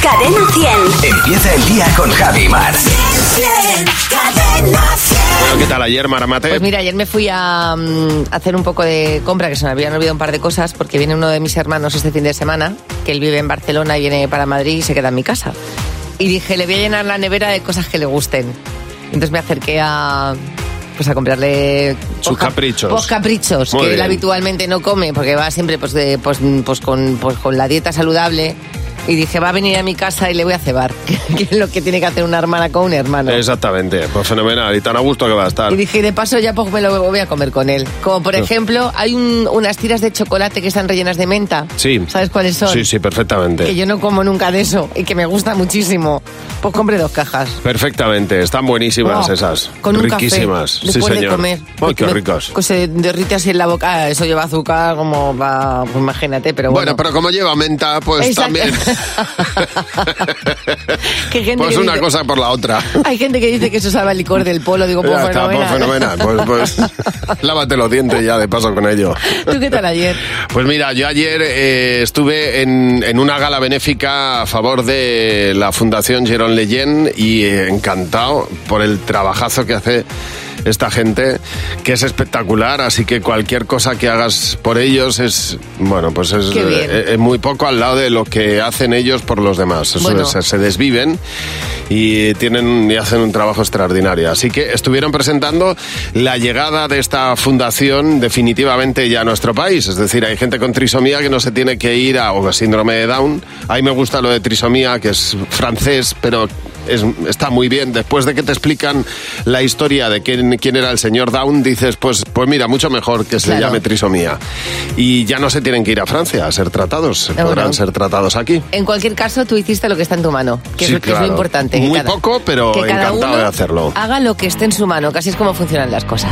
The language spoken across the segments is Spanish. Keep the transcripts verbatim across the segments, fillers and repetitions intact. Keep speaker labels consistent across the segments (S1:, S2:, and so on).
S1: Cadena cien.
S2: Empieza el día con Javi Mar.
S1: Cadena cien.
S3: Bueno, ¿qué tal ayer, Maramate?
S4: Pues mira, ayer me fui a um, hacer un poco de compra, que se me habían olvidado un par de cosas, porque viene uno de mis hermanos este fin de semana, que él vive en Barcelona y viene para Madrid y se queda en mi casa. Y dije, le voy a llenar la nevera de cosas que le gusten. Entonces me acerqué a... pues a comprarle
S3: sus caprichos,
S4: pues caprichos
S3: Muy
S4: que
S3: bien.
S4: él habitualmente no come porque va siempre pues de, pues, pues con pues con la dieta saludable. Y dije, va a venir a mi casa y le voy a cebar, que es lo que tiene que hacer una hermana con un hermano.
S3: Exactamente, pues fenomenal, y tan a gusto que va a estar.
S4: Y dije, de paso ya pues me lo voy a comer con él. Como por ejemplo, hay un, unas tiras de chocolate que están rellenas de menta.
S3: Sí.
S4: ¿Sabes cuáles son?
S3: Sí, sí, perfectamente.
S4: Que yo no como nunca de eso y que me gusta muchísimo. Pues compré dos cajas.
S3: Perfectamente, están buenísimas
S4: Oh,
S3: esas.
S4: con un
S3: riquísimas.
S4: café,
S3: Sí,
S4: después
S3: señor.
S4: de comer.
S3: Ay, qué
S4: Me-
S3: ricas.
S4: Que se derrite así en la boca. Ah, eso lleva azúcar, como va, pues imagínate, pero
S3: Bueno,
S4: bueno.
S3: pero como lleva menta, pues
S4: Exacto.
S3: también.
S4: Que gente
S3: Pues
S4: que
S3: una
S4: dice-
S3: cosa por la otra.
S4: Hay gente que dice que eso sabe el licor del polo. Digo, pues
S3: Ya está, pues
S4: fenomenal.
S3: fenomenal. Pues, pues lávate los dientes ya de paso con ello.
S4: ¿Tú qué tal ayer?
S3: Pues mira, yo ayer eh, estuve en, en una gala benéfica a favor de la Fundación Jérôme Lejeune y eh, encantado por el trabajazo que hace esta gente, que es espectacular, así que cualquier cosa que hagas por ellos es, bueno, pues es,
S4: Qué bien.
S3: eh, es muy poco al lado de lo que hacen ellos por los demás. Eso
S4: Bueno.
S3: es, se desviven y tienen y hacen un trabajo extraordinario. Así que estuvieron presentando la llegada de esta fundación definitivamente ya a nuestro país. Es decir, hay gente con trisomía que no se tiene que ir a o síndrome de Down. A mí me gusta lo de trisomía, que es francés, pero es- está muy bien. Después de que te explican la historia de quién, quién era el señor Down, dices, pues, pues mira, mucho mejor que se
S4: Claro.
S3: llame trisomía. Y ya no se tienen que ir a Francia a ser tratados,
S4: bueno.
S3: podrán ser tratados aquí.
S4: En cualquier caso, tú hiciste lo que está en tu mano, que,
S3: Sí,
S4: es, lo- que es
S3: claro.
S4: lo importante. que
S3: Muy
S4: cada-
S3: poco, pero
S4: que cada
S3: encantado
S4: uno
S3: de hacerlo.
S4: Haga lo que esté en su mano, que así es como funcionan las cosas.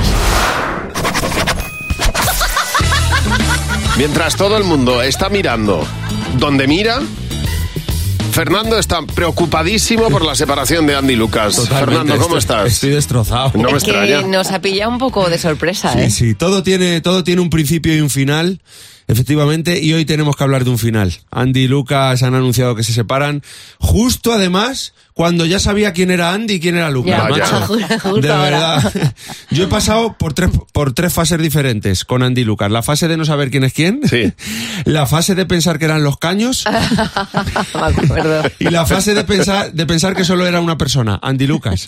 S3: Mientras todo el mundo está mirando donde mira, Fernando está preocupadísimo por la separación de Andy y Lucas.
S5: Totalmente,
S3: Fernando, ¿cómo
S5: estoy-
S3: estás?
S5: Estoy destrozado.
S3: No me
S4: es que
S3: extraña.
S4: nos ha pillado un poco de sorpresa,
S5: Sí,
S4: ¿eh?
S5: sí, todo tiene, todo tiene un principio y un final, efectivamente, y hoy tenemos que hablar de un final. Andy y Lucas han anunciado que se separan, justo además, cuando ya sabía quién era Andy y quién era Lucas.
S4: Ya,
S3: Vaya.
S5: macho.
S4: justo
S5: De
S4: ahora.
S5: verdad. Yo he pasado por tres, por tres fases diferentes con Andy y Lucas. La fase de no saber quién es quién.
S3: Sí.
S5: La fase de pensar que eran los caños.
S4: Me acuerdo.
S5: Y la fase de pensar, de pensar que solo era una persona, Andy Lucas.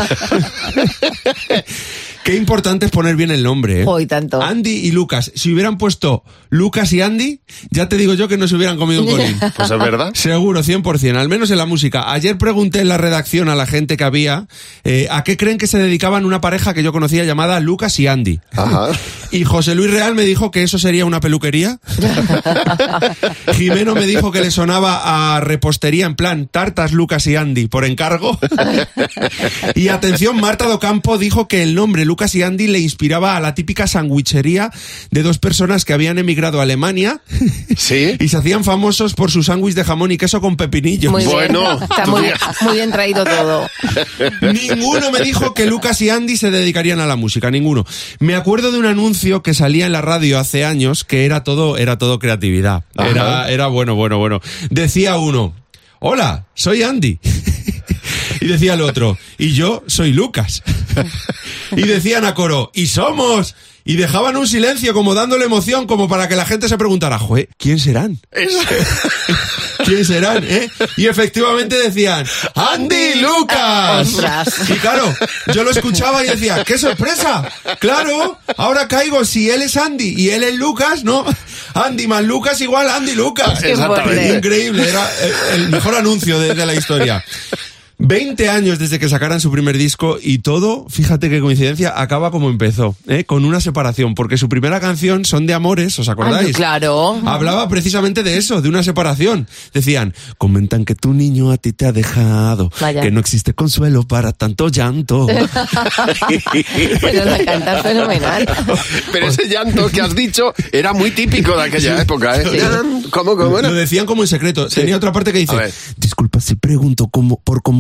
S5: Qué importante es poner bien el nombre, ¿eh?
S4: Jo, y tanto.
S5: Andy y Lucas. Si hubieran puesto Lucas y Andy, ya te digo yo que no se hubieran comido un colín.
S3: Pues es verdad.
S5: Seguro, cien por ciento, al menos en la música. Ayer pregunté en la redacción a la gente que había eh, a qué creen que se dedicaban una pareja que yo conocía llamada Lucas y Andy.
S3: Ajá.
S5: Y José Luis Real me dijo que eso sería una peluquería. Jimeno me dijo que le sonaba a repostería en plan tartas Lucas y Andy por encargo. Y atención, Marta Docampo dijo que el nombre Lucas y Andy le inspiraba a la típica sandwichería de dos personas que habían emigrado a Alemania
S3: Sí.
S5: y se hacían famosos por su sándwich de jamón y queso con pepinillos.
S4: Muy
S3: Bueno,
S4: bien. Está
S3: tú
S4: muy,
S3: bien.
S4: muy bien traído todo.
S5: Ninguno me dijo que Lucas y Andy se dedicarían a la música, ninguno. Me acuerdo de un anuncio que salía en la radio hace años que era todo, era todo creatividad.
S3: Ajá.
S5: Era, era bueno, bueno, bueno. Decía uno, hola, soy Andy. Y decía el otro, y yo soy Lucas. Y decían a coro, y somos. Y dejaban un silencio como dándole emoción, como para que la gente se preguntara, joder, ¿quién serán? ¿Quién serán, eh? Y efectivamente decían, ¡Andy Lucas!
S4: Ostras.
S5: Y claro, yo lo escuchaba y decía, ¡qué sorpresa! Claro, ahora caigo, si él es Andy y él es Lucas, ¿no? Andy más Lucas igual Andy Lucas.
S4: Qué fuerte.
S5: Increíble, era el, el mejor anuncio de, de la historia. veinte años desde que sacaran su primer disco y todo, fíjate qué coincidencia, acaba como empezó, ¿eh? Con una separación, porque su primera canción, Son de Amores, ¿os acordáis?
S4: Ay, claro.
S5: Hablaba precisamente de eso, de una separación. Decían, comentan que tu niño a ti te ha dejado,
S4: Vaya.
S5: que no existe consuelo para tanto llanto.
S4: Pero la cantas fenomenal.
S3: Pero ese llanto que has dicho era muy típico de aquella época, ¿eh?
S4: Sí.
S3: ¿Cómo, cómo era?
S5: Lo decían como en secreto. Tenía otra parte que
S3: A
S5: dice,
S3: ver.
S5: disculpa si pregunto cómo, por cómo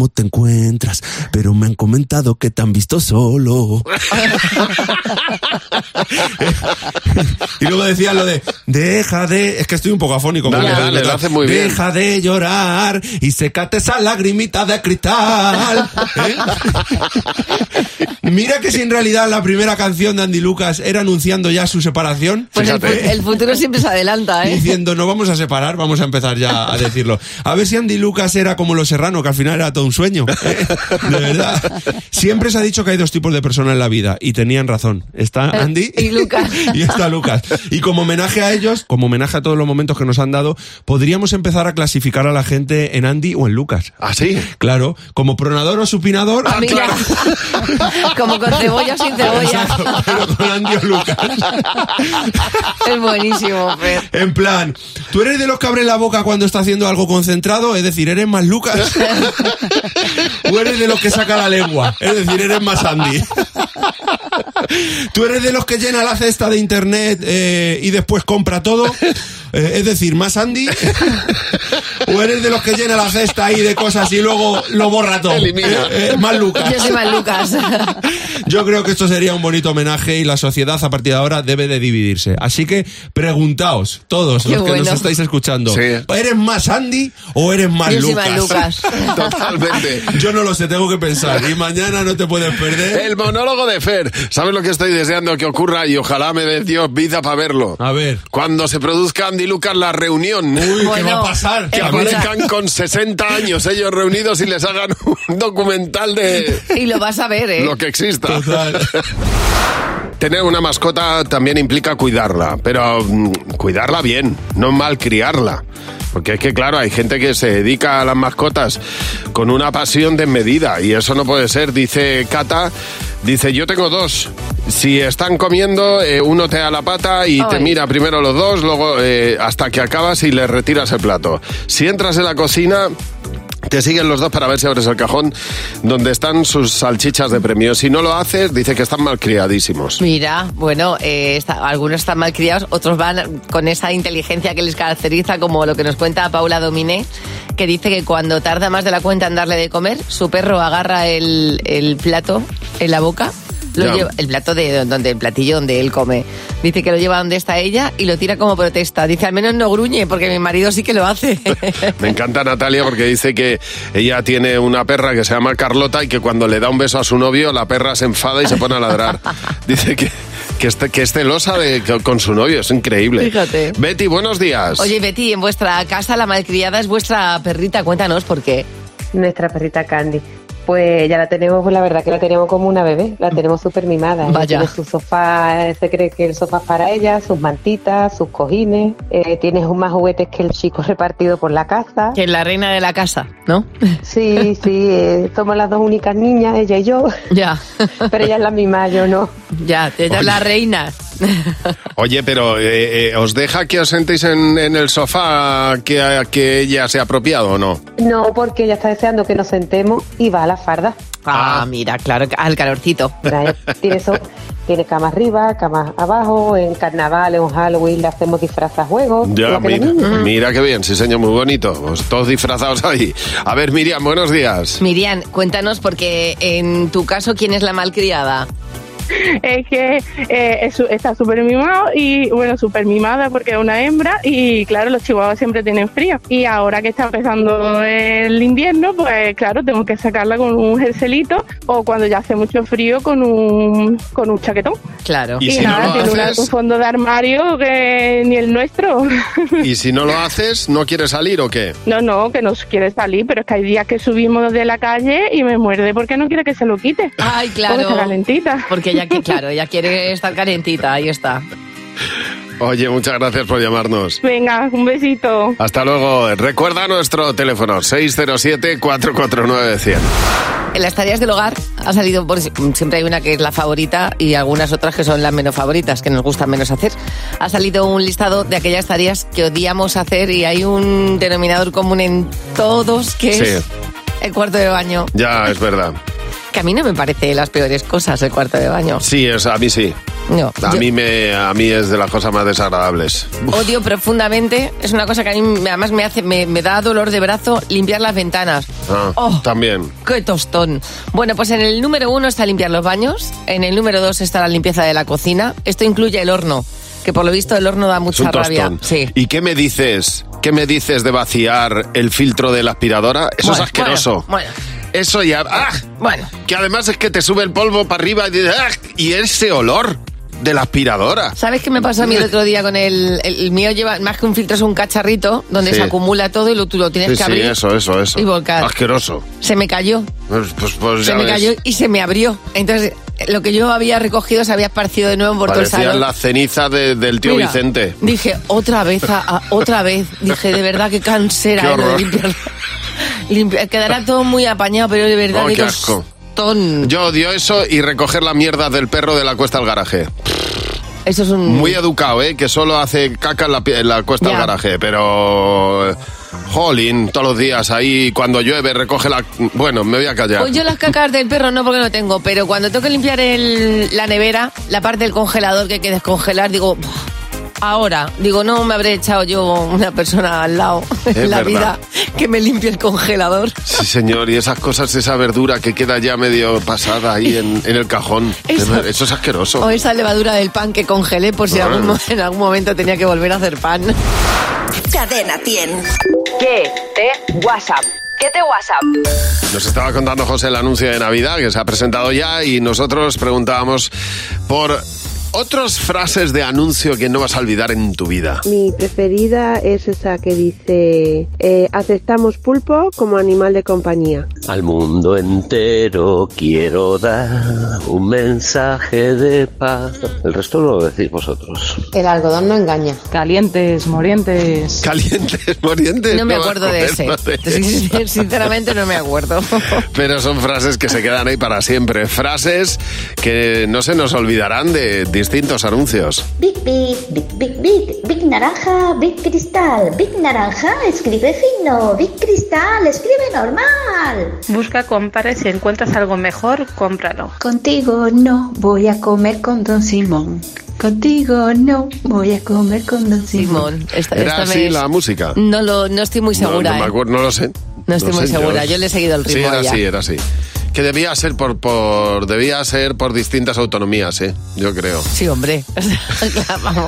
S5: cómo te encuentras, pero me han comentado que te han visto solo. Y luego decía lo de, deja de... Es que estoy un poco afónico.
S3: Dale,
S5: con
S3: dale,
S5: el-
S3: lo hace muy bien.
S5: Deja de llorar y sécate esa lagrimita de cristal. ¿Eh? Mira que si en realidad la primera canción de Andy Lucas era anunciando ya su separación.
S4: Pues el,
S3: Fíjate.
S4: fu- el futuro siempre se adelanta, ¿eh?
S5: Diciendo, no vamos a separar, vamos a empezar ya a decirlo. A ver si Andy Lucas era como Los Serrano, que al final era todo un sueño. ¿eh? De verdad. Siempre se ha dicho que hay dos tipos de personas en la vida, y tenían razón. Está Andy
S4: Y Lucas.
S5: y está Lucas. Y como homenaje a ellos, como homenaje a todos los momentos que nos han dado, podríamos empezar a clasificar a la gente en Andy o en Lucas.
S3: ¿Ah, sí?
S5: Claro, como pronador o supinador.
S4: Ah, mira. Como con cebolla o sin cebolla.
S5: Exacto, pero con Andy o Lucas.
S4: Es buenísimo, Fer.
S5: En plan, ¿tú eres de los que abren la boca cuando está haciendo algo concentrado? Es decir, ¿eres más Lucas? ¿O eres de los que saca la lengua? Es decir, ¿eres más Andy? ¿Tú eres de los que llena la cesta de internet eh, y después compra todo? Eh, es decir, ¿más Andy? ¿O eres de los que llena la cesta ahí de cosas y luego lo borra todo?
S3: Elimina.
S5: Eh, eh, más Lucas.
S4: Yo soy más Lucas.
S5: Yo creo que esto sería un bonito homenaje y la sociedad a partir de ahora debe de dividirse. Así que preguntaos, todos
S4: Qué
S5: los que
S4: bueno.
S5: nos estáis escuchando,
S3: Sí.
S5: ¿eres más Andy o eres más
S4: Yo soy
S5: Lucas?
S4: más Lucas.
S3: Totalmente.
S5: Yo no lo sé, tengo que pensar. Y mañana no te puedes perder.
S3: El monólogo de Fer. ¿Sabes lo que estoy deseando que ocurra? Y ojalá me dé Dios vida para verlo.
S5: A ver.
S3: Cuando se produzca Andy Lucas la reunión.
S5: Uy, ¿qué
S4: Bueno,
S5: va a pasar?
S3: Que
S4: eh,
S5: A ver.
S3: aparezcan con sesenta años ellos reunidos y les hagan un documental de
S4: Y lo vas a ver, ¿eh?
S3: lo que exista.
S5: Total.
S3: Tener una mascota también implica cuidarla, pero mm, cuidarla bien, no malcriarla. Porque es que, claro, hay gente que se dedica a las mascotas con una pasión desmedida y eso no puede ser. Dice Cata, dice, yo tengo dos. Si están comiendo, eh, uno te da la pata y te
S4: Ay.
S3: mira primero los dos, luego eh, hasta que acabas y le retiras el plato. Si entras en la cocina... Te siguen los dos para ver si abres el cajón donde están sus salchichas de premio. Si no lo haces, dice que están malcriadísimos.
S4: Mira, bueno, eh, está- algunos están mal criados, otros van con esa inteligencia que les caracteriza, como lo que nos cuenta Paula Dominé, que dice que cuando tarda más de la cuenta en darle de comer, su perro agarra el, el plato en la boca, lo
S3: Ya.
S4: lleva, el plato de donde el platillo donde él come. Dice que lo lleva donde está ella y lo tira como protesta. Dice, al menos no gruñe, porque mi marido sí que lo hace.
S3: Me encanta Natalia porque dice que ella tiene una perra que se llama Carlota y que cuando le da un beso a su novio, la perra se enfada y se pone a ladrar. Dice que, que, es, que es celosa de, que- con su novio, es increíble.
S4: Fíjate.
S3: Betty, buenos días.
S4: Oye, Betty, en vuestra casa la malcriada es vuestra perrita. Cuéntanos por qué.
S6: Nuestra perrita Candy. Pues ya la tenemos, pues la verdad que la tenemos como una bebé, la tenemos súper mimada. Ella
S4: Vaya.
S6: Tiene su sofá, se cree que el sofá es para ella, sus mantitas, sus cojines, eh, tiene más juguetes que el chico repartido por la casa.
S4: Que es la reina de la casa, ¿no?
S6: Sí, sí, eh, somos las dos únicas niñas, ella y yo,
S4: Ya.
S6: pero ella es la mima, yo no.
S4: Ya, ella es la reina.
S3: Oye, pero eh, eh, ¿os deja que os sentéis en, en el sofá que, que ella se ha apropiado o no?
S6: No, porque ella está deseando que nos sentemos y va a la farda.
S4: Ah, mira, claro, al calorcito.
S6: Ella Tiene, eso, tiene cama arriba, cama abajo, en carnaval, en Halloween le hacemos disfrazas a juegos.
S3: Ya,
S6: igual que los
S3: mira,
S6: niños.
S3: mira qué bien, sí señor, muy bonito. Pues todos disfrazados ahí. A ver, Miriam, buenos días.
S4: Miriam, cuéntanos, porque en tu caso, ¿quién es la malcriada?
S7: Es que eh, es su- está súper mimado y, bueno, súper mimada porque es una hembra y, claro, los chihuahuas siempre tienen frío. Y ahora que está empezando el invierno, pues, claro, tengo que sacarla con un jerselito o cuando ya hace mucho frío con un, con un chaquetón.
S4: Claro.
S3: Y
S7: Y,
S3: si no
S7: nada,
S3: lo
S7: tiene una-
S3: haces-
S7: un fondo de armario que ni el nuestro.
S3: Y si no lo haces, ¿no quieres salir o qué?
S7: No, no, que nos quiere salir, pero es que hay días que subimos de la calle y me muerde porque no quiere que se lo quite.
S4: Ay,
S7: Porque
S4: claro.
S7: está calentita.
S4: Porque ella, que, claro, ella quiere estar calentita, ahí está.
S3: Oye, muchas gracias por llamarnos.
S7: Venga, un besito.
S3: Hasta luego. Recuerda nuestro teléfono seis cero siete, cuatro cuatro nueve, cien.
S4: En las tareas del hogar ha salido, por, siempre hay una que es la favorita y algunas otras que son las menos favoritas, que nos gustan menos hacer. Ha salido un listado de aquellas tareas que odiamos hacer y hay un denominador común en todos, que
S3: Sí.
S4: es el cuarto de baño.
S3: Ya, es verdad.
S4: Que a mí no me parece las peores cosas el cuarto de baño.
S3: Sí, es, a mí sí.
S4: No,
S3: A
S4: yo-
S3: mí me, a mí es de las cosas más desagradables.
S4: Odio profundamente, es una cosa que a mí me- además me hace, me, me da dolor de brazo limpiar las ventanas.
S3: Ah,
S4: Oh.
S3: También.
S4: ¡Qué tostón! Bueno, pues en el número uno está limpiar los baños, en el número dos está la limpieza de la cocina. Esto incluye el horno, que por lo visto el horno da
S3: Es
S4: mucha
S3: un
S4: rabia.
S3: tostón.
S4: Sí.
S3: ¿Y qué me dices? ¿Qué me dices de vaciar el filtro de la aspiradora? Eso
S4: Bueno,
S3: es asqueroso.
S4: Bueno,
S3: Eso ya... ¡Ah!
S4: bueno.
S3: Que además es que te sube el polvo para arriba y, dices, ¡ah! Y ese olor de la aspiradora.
S4: ¿Sabes qué me pasó a mí el otro día con el, el, el mío? Lleva más que un filtro, es un cacharrito donde
S3: Sí.
S4: se acumula todo y lo, tú lo tienes
S3: Sí,
S4: que
S3: sí,
S4: abrir
S3: eso, eso, eso.
S4: y volcar.
S3: Asqueroso.
S4: Se me cayó,
S3: Pues, pues, pues
S4: se
S3: ya
S4: me
S3: ves.
S4: cayó y se me abrió. Entonces, lo que yo había recogido se había esparcido de nuevo por todo el
S3: Parecían
S4: salón.
S3: las cenizas de- del tío
S4: Mira,
S3: Vicente.
S4: Dije, otra vez, a- a- otra vez. Dije, de verdad, qué cansera
S3: Qué
S4: eh, lo de
S3: horror.
S4: limpiarlo. Limpia- quedará todo muy apañado, pero de verdad,
S3: Oh,
S4: qué
S3: qué asco.
S4: tostón.
S3: Yo odio eso y recoger la mierda del perro de la cuesta al garaje.
S4: Eso es un...
S3: Muy educado, ¿eh? Que solo hace caca en la, pie- en la cuesta
S4: Ya.
S3: al garaje, pero... eh, Jolín, todos los días ahí, cuando llueve, recoge la... Bueno, me voy a callar.
S4: Pues yo las cacas del perro no, porque no tengo, pero cuando tengo que limpiar el, la nevera, la parte del congelador que hay que descongelar, digo, "Buah, ahora, digo, no me habré echado yo una persona al lado
S3: Es
S4: en la
S3: verdad.
S4: vida que me limpie el congelador.
S3: Sí, señor, y esas cosas, esa verdura que queda ya medio pasada ahí en, en el cajón.
S4: Eso-
S3: Eso, eso es asqueroso.
S4: O esa levadura del pan que congelé por si
S3: Ah.
S4: algún mo- en algún momento tenía que volver a hacer pan.
S1: Cadena cien.
S8: ¿Qué te WhatsApp? ¿Qué te WhatsApp?
S3: Nos estaba contando José el anuncio de Navidad que se ha presentado ya y nosotros preguntábamos por otras frases de anuncio que no vas a olvidar en tu vida.
S6: Mi preferida es esa que dice, eh, aceptamos pulpo como animal de compañía.
S9: Al mundo entero quiero dar un mensaje de paz. El resto lo decís vosotros.
S6: El algodón no engaña.
S7: Calientes, morientes.
S3: Calientes, morientes.
S4: No me
S3: me
S4: acuerdo de ese. Sin- Sinceramente no me acuerdo.
S3: Pero son frases que se quedan ahí para siempre. Frases que no se nos olvidarán de distintos anuncios.
S10: Big, big, big, big, big, big naranja, big cristal, big naranja, escribe fino, big cristal, escribe normal.
S7: Busca, compara y si encuentras algo mejor, cómpralo.
S10: Contigo no voy a comer con Don Simón. Contigo no voy a comer con Don Simón.
S4: Simón, esta,
S3: ¿Era
S4: esta
S3: así
S4: me-
S3: la música?
S4: No, lo, no estoy muy segura.
S3: No, no, me
S4: ¿eh?
S3: acuerdo, no lo sé.
S4: No estoy muy
S3: sé,
S4: segura, yo le he seguido el ritmo
S3: Sí, era
S4: a ella.
S3: así, era así. Que debía ser por, por debía ser por distintas autonomías, ¿eh? Yo creo.
S4: Sí, hombre. Claro, vamos.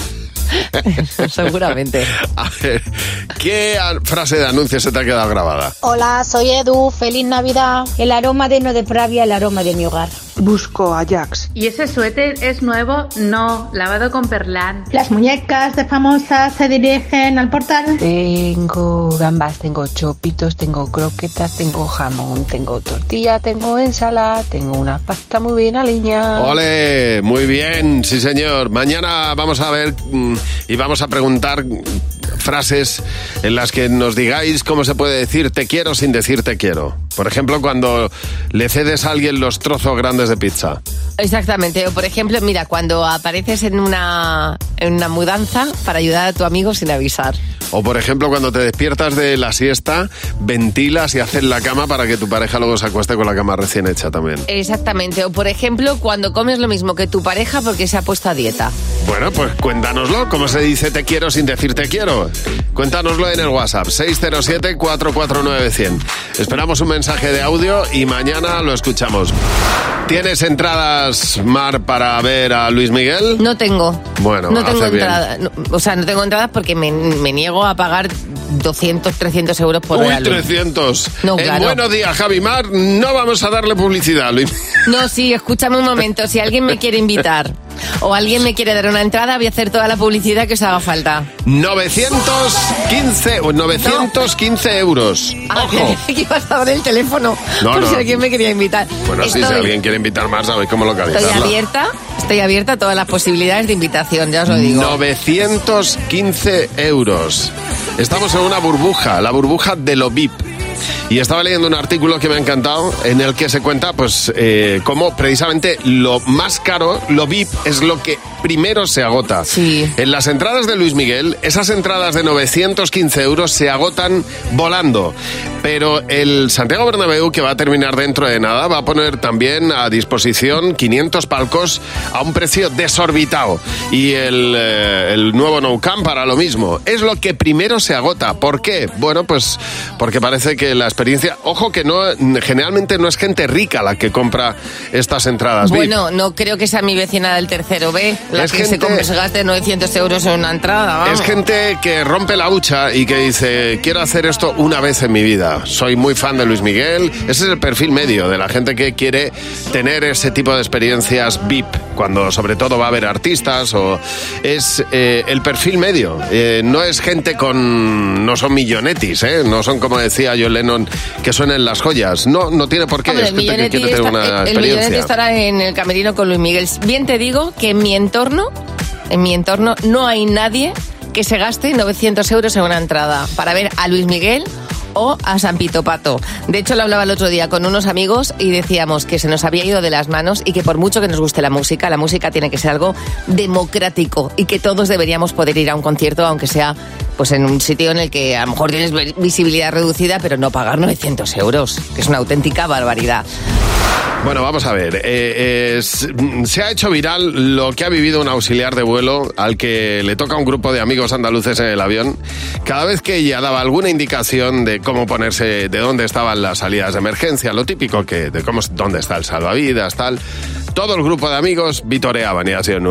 S4: Seguramente.
S3: A ver, ¿qué a- frase de anuncio se te ha quedado grabada?
S10: Hola, soy Edu, feliz Navidad. El aroma de no de Pravia, el aroma de mi hogar.
S6: Busco Ajax.
S7: ¿Y ese suéter es nuevo? No, lavado con Perlán.
S10: Las muñecas de famosas se dirigen al portal.
S8: Tengo gambas, tengo chopitos, tengo croquetas, tengo jamón, tengo tortilla, tengo ensalada, tengo una pasta muy bien aliñada.
S3: ¡Ole! Muy bien, sí señor. Mañana vamos a ver mm, y vamos a preguntar mm, frases en las que nos digáis cómo se puede decir te quiero sin decir te quiero. Por ejemplo, cuando le cedes a alguien los trozos grandes de pizza.
S4: Exactamente. O por ejemplo, mira, cuando apareces en una, en una mudanza para ayudar a tu amigo sin avisar.
S3: O por ejemplo, cuando te despiertas de la siesta, ventilas y haces la cama para que tu pareja luego se acueste con la cama recién hecha también.
S4: Exactamente. O por ejemplo, cuando comes lo mismo que tu pareja porque se ha puesto a dieta.
S3: Bueno, pues cuéntanoslo. ¿Cómo se dice te quiero sin decir te quiero? Cuéntanoslo en el WhatsApp seis cero siete, cuatro cuatro nueve, cien. Esperamos un mensaje de audio y mañana lo escuchamos. ¿Tienes entradas, Mar, para ver a Luis Miguel?
S4: No tengo.
S3: Bueno,
S4: no tengo
S3: hace bien.
S4: entradas. No, o sea, no tengo entradas porque me, me niego a pagar doscientos, trescientos euros por
S3: Uy,
S4: ver a Luis.
S3: trescientos.
S4: No,
S3: en
S4: claro.
S3: Buenos Días, Javi Mar, no vamos a darle publicidad a Luis.
S4: No, sí, escúchame un momento. Si alguien me quiere invitar o alguien me quiere dar una entrada, voy a hacer toda la publicidad que os haga falta.
S3: novecientos quince, o novecientos quince euros.
S4: Ah,
S3: Ojo.
S4: que ibas a dar el teléfono
S3: No,
S4: por
S3: no.
S4: si alguien me quería invitar.
S3: Bueno, sí, si
S4: Estoy-
S3: alguien quiere invitar más, sabéis cómo localizarla.
S4: Estoy abierta, estoy abierta a todas las posibilidades de invitación, ya os lo digo.
S3: novecientos quince euros. Estamos en una burbuja, la burbuja de lo V I P. Y estaba leyendo un artículo que me ha encantado en el que se cuenta pues eh, cómo precisamente lo más caro, lo V I P, es lo que primero se agota.
S4: Sí.
S3: En las entradas de Luis Miguel, esas entradas de novecientos quince euros se agotan volando. pero el Santiago Bernabéu, que va a terminar dentro de nada, va a poner también a disposición quinientos palcos a un precio desorbitado. Y el, eh, el nuevo Nou Camp para lo mismo. Es lo que primero se agota. ¿Por qué? Bueno, pues porque parece que la experiencia... Ojo que no, generalmente no es gente rica la que compra estas entradas.
S4: Bueno, no creo que sea mi vecina del tercero B la
S3: Es
S4: que
S3: gente-
S4: se, compre, se gaste novecientos euros en una entrada. Vamos.
S3: Es gente que rompe la hucha y que dice, quiero hacer esto una vez en mi vida. Soy muy fan de Luis Miguel. Ese es el perfil medio de la gente que quiere tener ese tipo de experiencias V I P, cuando sobre todo va a haber artistas. O es eh, el perfil medio. Eh, no es gente con... No son millonetis, ¿eh? No son, como decía John Lennon, que suenen las joyas. No, no tiene por qué.
S4: Hombre,
S3: es
S4: el
S3: gente que
S4: Millonetti
S3: quiere tener
S4: está-
S3: una
S4: el- el
S3: experiencia.
S4: Millonetti estará en el camerino con Luis Miguel. Bien te digo que en mi entorno, en mi entorno no hay nadie que se gaste novecientos euros en una entrada para ver a Luis Miguel o a San Pito Pato. De hecho, lo hablaba el otro día con unos amigos y decíamos que se nos había ido de las manos y que por mucho que nos guste la música, la música tiene que ser algo democrático y que todos deberíamos poder ir a un concierto, aunque sea pues en un sitio en el que a lo mejor tienes visibilidad reducida, pero no pagar novecientos euros, que es una auténtica barbaridad.
S3: Bueno, vamos a ver. Eh, es- se ha hecho viral lo que ha vivido un auxiliar de vuelo al que le toca a un grupo de amigos andaluces en el avión. Cada vez que ella daba alguna indicación de cómo ponerse, de dónde estaban las salidas de emergencia, lo típico que de cómo dónde está el salvavidas, tal, todo el grupo de amigos vitoreaban y hacían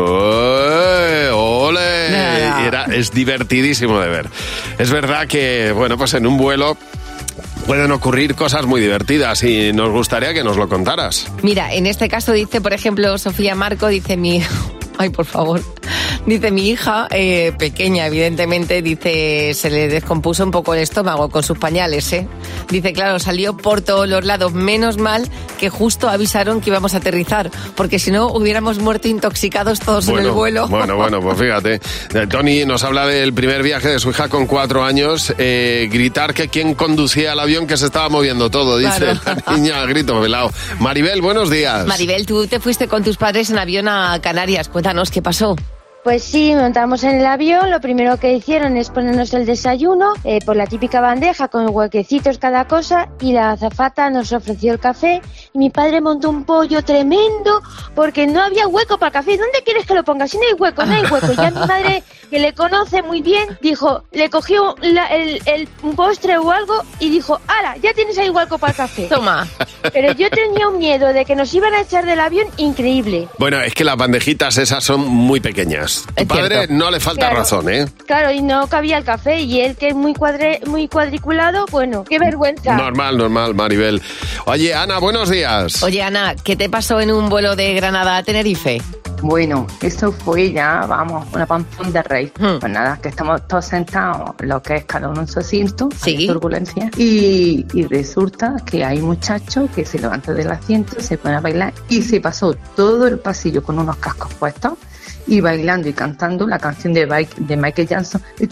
S3: ¡Ué, ole! Y era, es divertidísimo de ver. Es verdad que, bueno, pues en un vuelo pueden ocurrir cosas muy divertidas y nos gustaría que nos lo contaras.
S4: Mira, en este caso dice, por ejemplo, Sofía Marco, dice mi... Ay, por favor. Dice mi hija, eh, pequeña, evidentemente, dice, se le descompuso un poco el estómago con sus pañales, ¿eh? Dice, claro, salió por todos los lados. Menos mal que justo avisaron que íbamos a aterrizar, porque si no hubiéramos muerto intoxicados todos en el vuelo.
S3: Bueno, bueno, pues fíjate. Eh, Tony nos habla del primer viaje de su hija con cuatro años. Eh, gritar que quien conducía el avión que se estaba moviendo todo, dice
S4: Claro.
S3: la niña a grito pelado. Maribel, buenos días.
S4: Maribel, tú te fuiste con tus padres en avión a Canarias. Cuéntanos, ¿qué pasó?
S11: Pues sí, montamos en el avión, lo primero que hicieron es ponernos el desayuno eh, por la típica bandeja con huequecitos cada cosa y la azafata nos ofreció el café y mi padre montó un pollo tremendo porque no había hueco para el café. ¿Dónde quieres que lo ponga? Si no hay hueco, no hay hueco. Y ya mi madre, que le conoce muy bien, dijo, le cogió la- el, el un postre o algo y dijo, ¡hala! Ya tienes ahí hueco para el café.
S4: Toma.
S11: Pero yo tenía un miedo de que nos iban a echar del avión increíble.
S3: Bueno, es que las bandejitas esas son muy pequeñas. Tu
S11: Es
S3: padre
S11: cierto.
S3: no le falta
S11: Claro.
S3: razón, ¿eh?
S11: Claro, y no cabía el café y él que es muy cuadre, muy cuadriculado, bueno, qué vergüenza.
S3: Normal, normal, Maribel. Oye, Ana, buenos días.
S4: Oye, Ana, ¿qué te pasó en un vuelo de Granada a Tenerife?
S8: Bueno, eso fue ya, vamos, una panzón de rey. Pues nada, que estamos todos sentados, lo que es cada uno en su asiento, hay turbulencia. Y, y resulta que hay muchachos que se levantan del asiento, se ponen a bailar y se pasó todo el pasillo con unos cascos puestos y bailando y cantando la canción de, Mike, de Michael Jackson. Y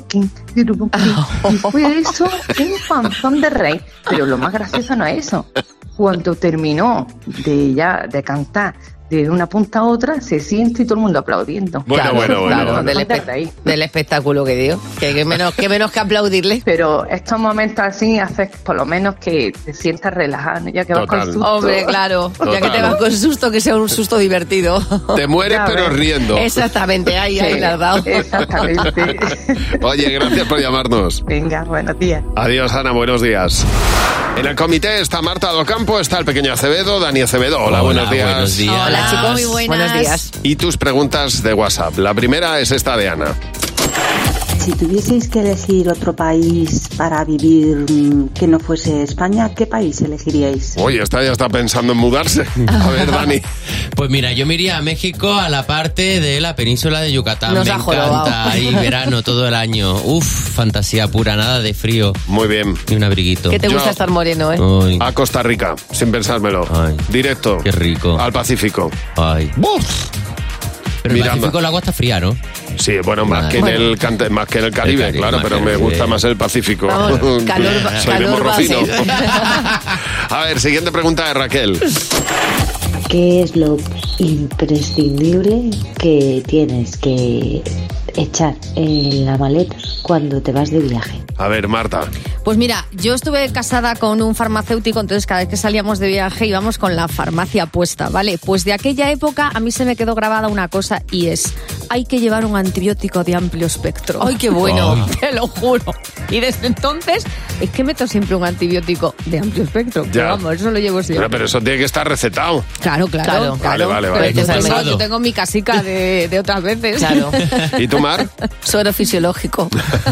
S8: fue eso un panzón de rey. Pero lo más gracioso no es eso. Cuando terminó de ya de cantar de una punta a otra, se siente y todo el mundo aplaudiendo.
S3: Bueno,
S4: Claro,
S3: bueno, bueno,
S4: claro,
S3: bueno.
S4: Del, espe- del espectáculo que dio. Que, que menos, que menos que aplaudirle.
S8: Pero estos momentos así hacen por lo menos que te sientas relajado, ya que vas con susto.
S4: Hombre, claro. Ya que
S3: Total.
S4: te vas con susto, que sea un susto divertido.
S3: Te mueres
S8: Ya
S3: pero
S8: ves.
S3: riendo.
S4: Exactamente, ahí, ahí
S8: Sí,
S4: la has dado.
S8: Exactamente.
S3: Oye, gracias por llamarnos.
S8: Venga, buenos días.
S3: Adiós, Ana, buenos días. En el comité está Marta Docampo, está el pequeño Acevedo, Dani Acevedo. Hola,
S5: Hola,
S3: buenos días.
S5: buenos días.
S4: Hola, chicos, muy buenas. Buenos días.
S3: Y tus preguntas de WhatsApp. La primera es esta de Ana.
S12: Si tuvieseis que elegir otro país para vivir mm, que no fuese España, ¿qué país elegiríais?
S3: Oye, esta ya está pensando en mudarse. A ver, Dani.
S13: Pues mira, yo me iría a México, a la parte de la península de Yucatán.
S4: Nos
S13: me
S4: ha jorobado.
S13: encanta. Ahí verano todo el año. Uf, fantasía pura, nada de frío.
S3: Muy bien.
S13: Y un abriguito.
S4: Que te
S3: Yo-
S4: gusta estar moreno, ¿eh?
S13: Ay,
S3: A Costa Rica, sin pensármelo.
S13: Ay.
S3: Directo.
S13: qué rico.
S3: Al Pacífico.
S13: Ay. Pero en
S3: Miranda.
S13: Pacífico el agua está fría, ¿no?
S3: Sí, bueno, más,
S13: Vale.
S3: que, en
S4: Bueno.
S3: el, cante- más que en el Caribe,
S13: Caribe,
S3: claro,
S13: más
S3: pero
S13: que
S3: me
S13: el
S3: gusta
S13: Caribe.
S3: más el Pacífico.
S4: Vamos, calor va-
S3: Soy de
S4: calor va a
S3: morrocino.
S4: ser.
S3: A ver, siguiente pregunta de Raquel.
S14: ¿Qué es lo imprescindible que tienes que echar en la maleta cuando te vas de viaje?
S3: A ver, Marta.
S15: Pues mira, yo estuve casada con un farmacéutico, entonces cada vez que salíamos de viaje íbamos con la farmacia puesta, ¿vale? Pues de aquella época a mí se me quedó grabada una cosa y es, hay que llevar un antibiótico de amplio espectro.
S4: ¡Ay, qué bueno!
S15: Oh. Te lo juro. Y desde entonces es que meto siempre un antibiótico de amplio espectro.
S3: Ya.
S15: Pero vamos, eso lo llevo siempre.
S3: Pero, pero eso tiene que estar recetado.
S15: Claro, claro.
S4: Claro,
S15: claro.
S3: Vale, vale, vale.
S15: Pero yo, tengo, yo tengo mi casica de, de otras veces.
S4: Claro.
S3: ¿Y tú, Mar?
S4: Suero fisiológico.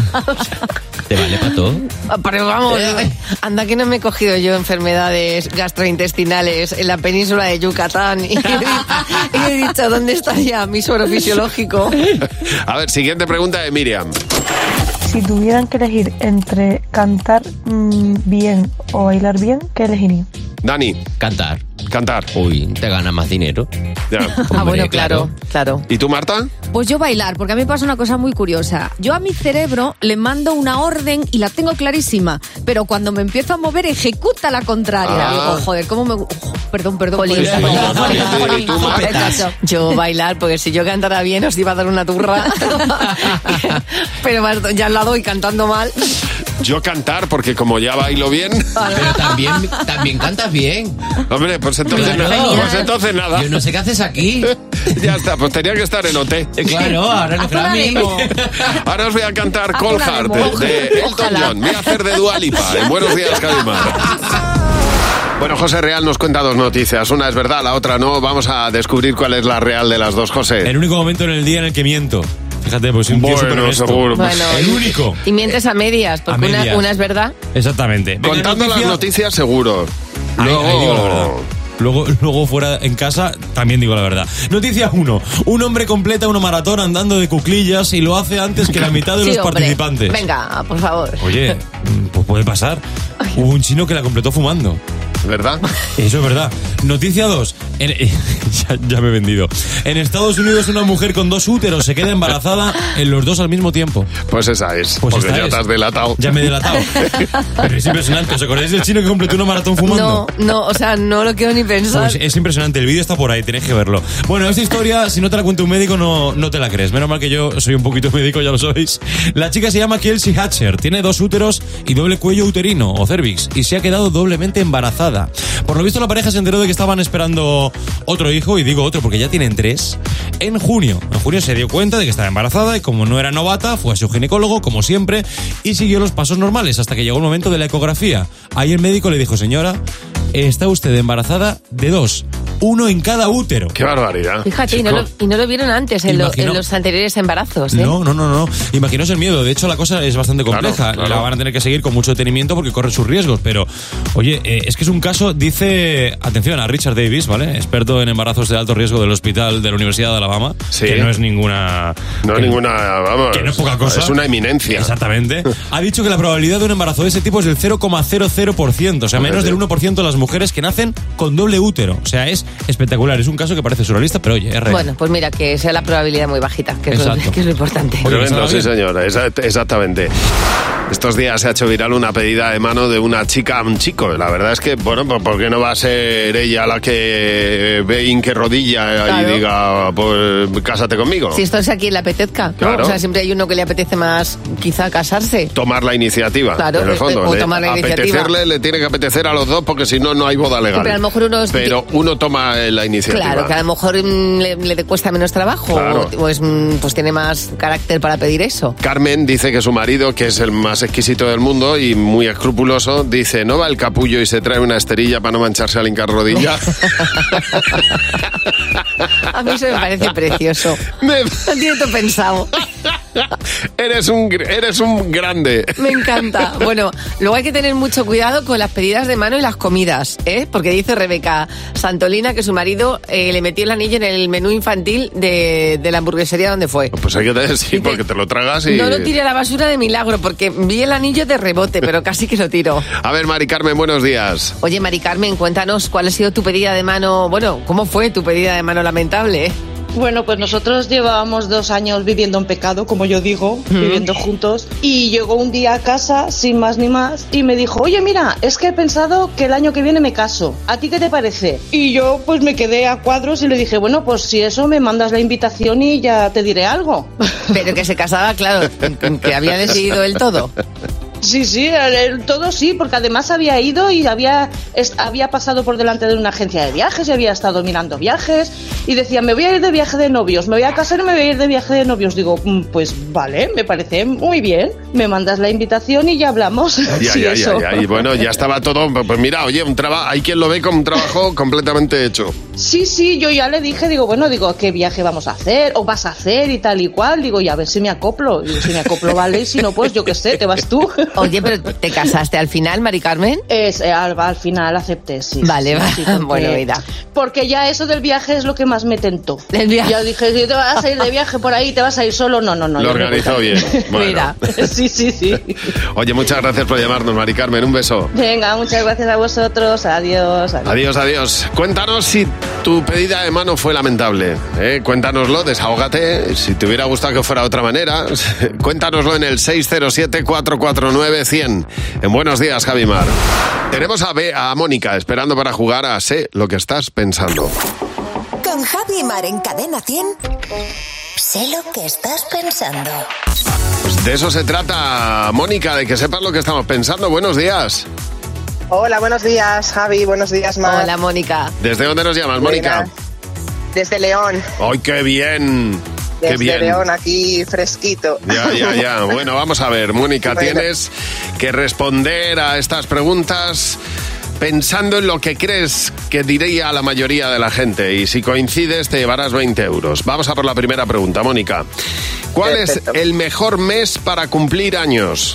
S13: ¿Te vale para todo?
S4: Pero vamos, anda que no me he cogido yo enfermedades gastrointestinales en la península de Yucatán y he, y he dicho, ¿dónde estaría mi suero fisiológico?
S3: A ver, siguiente pregunta de Miriam.
S16: Si tuvieran que elegir entre cantar mmm, bien o bailar bien, ¿qué elegirían?
S3: Dani.
S13: Cantar.
S3: Cantar.
S13: Uy, te gana más dinero.
S3: Ya.
S4: Ah, bueno, claro, claro.
S3: ¿Y tú, Marta?
S15: Pues yo bailar, porque a mí me pasa una cosa muy curiosa. Yo a mi cerebro le mando una orden y la tengo clarísima, pero cuando me empiezo a mover ejecuta la contraria.
S3: Ah.
S15: Digo, joder, ¿cómo me... Oh, perdón, perdón.
S4: Jolín,
S15: por eso.
S4: jolín, jolín,
S3: ¿Y
S4: jolín.
S3: tú, Mar?
S4: Exacto. Yo bailar, porque si yo cantara bien os iba a dar una turra. Pero más- ya la doy cantando mal.
S3: Yo cantar, porque como ya bailo bien...
S13: Pero también, también cantas bien.
S3: Hombre, pues entonces,
S13: Claro.
S3: nada, pues entonces nada.
S13: Yo no sé qué haces aquí.
S3: Ya está, pues tenía que estar en O T.
S13: Claro, ahora en el
S15: Haz una
S13: Grammy.
S15: demo.
S3: Ahora os voy a cantar
S15: Haz
S3: Cold
S15: una
S3: Heart
S15: demo.
S3: de, de Elton
S15: Ojalá.
S3: John. Voy a hacer de Dua Lipa. En Buenos Días, Javimar. Bueno, José Real nos cuenta dos noticias. Una es verdad, la otra no. Vamos a descubrir cuál es la real de las dos, José.
S5: El único momento en el día en el que miento. Fíjate, pues soy un tío
S3: Bueno,
S5: súper honesto.
S3: seguro.
S4: Bueno,
S5: El
S4: y-
S5: único.
S4: Y mientes a medias, porque
S5: A
S4: una-
S5: medias.
S4: Una, es verdad.
S5: Exactamente. Venga,
S3: Contando
S5: noticia-
S3: las noticias, seguro.
S5: Ahí-
S3: Luego...
S5: ahí digo la verdad. Luego, luego fuera en casa también digo la verdad. Noticia uno. Un hombre completa una maratón andando de cuclillas y lo hace antes que la mitad de
S4: Sí,
S5: los
S4: hombre.
S5: participantes.
S4: Venga, por favor.
S5: Oye, mm, pues puede pasar. Hubo un chino que la completó fumando.
S3: ¿Verdad?
S5: Eso es verdad. Noticia dos. En- ya, ya me he vendido. En Estados Unidos una mujer con dos úteros se queda embarazada en los dos al mismo tiempo.
S3: Pues esa es.
S5: Pues
S3: porque
S5: esta
S3: ya
S5: es.
S3: te has delatado.
S5: Ya me he delatado. Pero es impresionante. ¿Os acordáis del chino que completó una maratón fumando?
S4: No, no, o sea, no lo quiero ni pensar.
S5: Pues es impresionante, el vídeo está por ahí, tenéis que verlo. Bueno, esta historia, si no te la cuenta un médico, no, no te la crees. Menos mal que yo soy un poquito médico, ya lo sois. La chica se llama Kelsey Hatcher, tiene dos úteros y doble cuello uterino, o cervix, y se ha quedado doblemente embarazada. Por lo visto, la pareja se enteró de que estaban esperando otro hijo, y digo otro porque ya tienen tres, en junio. En junio se dio cuenta de que estaba embarazada y como no era novata, fue a su ginecólogo, como siempre, y siguió los pasos normales hasta que llegó el momento de la ecografía. Ahí el médico le dijo, señora, está usted embarazada de dos, uno en cada útero.
S3: Qué barbaridad.
S4: Fíjate, y no, lo, y no lo vieron antes en, lo- en los anteriores embarazos, ¿eh?
S5: No, no, no, no. Imaginaos el miedo. De hecho, la cosa es bastante compleja.
S3: Claro, claro.
S5: La van a tener que seguir con mucho detenimiento porque corre sus riesgos. Pero, oye, eh, es que es un caso, dice, atención, a Richard Davis, ¿vale? Experto en embarazos de alto riesgo del hospital de la Universidad de Alabama.
S3: Sí.
S5: Que no es ninguna...
S3: No
S5: que-
S3: es ninguna, vamos.
S5: Que no es poca cosa.
S3: Es una eminencia.
S5: Exactamente. Ha dicho que la probabilidad de un embarazo de ese tipo es del cero coma cero cero por ciento. O sea, menos del uno por ciento de las mujeres que nacen con doble útero. O sea, es espectacular. Es un caso que parece surrealista, pero oye, es real.
S4: Bueno, pues mira, que sea la probabilidad muy bajita, que es, lo,
S5: Exacto.
S4: que es lo importante.
S3: Tremendo, sí, señor. Esa- Exactamente. Estos días se ha hecho viral una pedida de mano de una chica a un chico. La verdad es que, bueno, pues ¿por qué no va a ser ella la que ve hinque rodilla
S4: Claro.
S3: y diga, pues cásate conmigo?
S4: Si esto es a quien le apetezca, ¿no?
S3: Claro.
S4: O sea, siempre hay uno que le apetece más, quizá, casarse.
S3: Tomar la iniciativa,
S4: Claro,
S3: en el fondo.
S4: o
S3: Le-
S4: tomar la iniciativa.
S3: apetecerle le tiene que apetecer a los dos porque si no, no hay boda legal.
S4: Pero a lo mejor uno es-
S3: Pero uno toma eh, la iniciativa.
S4: Claro, que a lo mejor mm, le, le cuesta menos trabajo
S3: Claro.
S4: o, o es, mm, pues tiene más carácter para pedir eso.
S3: Carmen dice que su marido, que es el más exquisito del mundo y muy escrupuloso, dice, ¿no va el capullo y se trae una esterilla para no mancharse al hincar rodilla?
S4: A mí eso me parece precioso. Lo tiene todo pensado.
S3: Eres un, gr- eres un grande.
S4: Me encanta. Bueno, luego hay que tener mucho cuidado con las pedidas de mano y las comidas, ¿eh? Porque dice Rebeca Santolina que su marido eh, le metió el anillo en el menú infantil de, de la hamburguesería donde fue.
S3: Pues hay que tener, sí, porque te lo tragas y...
S4: No lo tiré a la basura de milagro porque vi el anillo de rebote, pero casi que lo tiro.
S3: A ver, Mari Carmen, buenos días.
S4: Oye, Mari Carmen, cuéntanos cuál ha sido tu pedida de mano, bueno, ¿cómo fue tu pedida de mano lamentable?
S17: Bueno, pues nosotros llevábamos dos años viviendo en pecado, como yo digo, viviendo juntos, y llegó un día a casa, sin más ni más, y me dijo, oye, mira, es que he pensado que el año que viene me caso, ¿a ti qué te parece? Y yo pues me quedé a cuadros y le dije, bueno, pues si eso me mandas la invitación y ya te diré algo.
S4: Pero que se casaba, claro, que había decidido él todo.
S17: Sí, sí, el- todo sí, porque además había ido y había, es- había pasado por delante de una agencia de viajes y había estado mirando viajes y decía, me voy a ir de viaje de novios, me voy a casar y me voy a ir de viaje de novios. Digo, "Mm, pues vale, me parece muy bien, me mandas la invitación y ya hablamos".
S3: Ya,
S17: Sí,
S3: ya,
S17: eso.
S3: ya, ya. Y bueno, ya estaba todo. Pues mira, oye, un trabajo. Hay quien lo ve como un trabajo completamente hecho.
S17: Sí, sí, yo ya le dije, digo, bueno, digo, ¿qué viaje vamos a hacer? ¿O vas a hacer y tal y cual? Digo, y a ver si me acoplo. Digo, si me acoplo, vale, y si no, pues yo qué sé, te vas tú.
S4: Oye, pero ¿te casaste al final, Mari Carmen?
S17: Es, eh, al, al final acepté, sí.
S4: Vale,
S17: sí,
S4: va.
S17: sí, porque-
S4: Bueno, mira.
S17: Porque ya eso del viaje es lo que más me tentó.
S4: El viaje.
S17: Ya dije, si te vas a ir de viaje por ahí, te vas a ir solo, no, no, no.
S3: Lo
S17: ya me
S3: organizó
S17: voy.
S3: bien. Bueno.
S4: Mira.
S17: Sí, sí, sí.
S3: Oye, muchas gracias por llamarnos, Mari Carmen. Un beso.
S17: Venga, muchas gracias a vosotros. Adiós. adiós.
S3: Adiós, adiós. Cuéntanos si tu pedida de mano fue lamentable. ¿eh? Cuéntanoslo, desahógate. Si te hubiera gustado que fuera de otra manera, cuéntanoslo en el seis cero siete, cuatro cuatro nueve, cien. En Buenos Días, Javimar. Tenemos a, B, a Mónica esperando para jugar a Sé lo que estás pensando.
S1: Con Javi Mar en Cadena cien. Sé lo que estás pensando.
S3: Pues de eso se trata, Mónica, de que sepas lo que estamos pensando. Buenos días.
S18: Hola, buenos días, Javi. Buenos días, Mar.
S4: Hola, Mónica.
S3: ¿Desde dónde nos llamas, Mónica?
S18: Desde León.
S3: ¡Ay, qué bien! ¡Qué
S18: Desde
S3: bien!
S18: León, aquí fresquito.
S3: Ya, ya, ya. Bueno, vamos a ver, Mónica,
S18: Bueno.
S3: tienes que responder a estas preguntas pensando en lo que crees que diría la mayoría de la gente. Y si coincides, te llevarás veinte euros. Vamos a por la primera pregunta, Mónica. ¿Cuál
S18: Perfecto.
S3: es el mejor mes para cumplir años?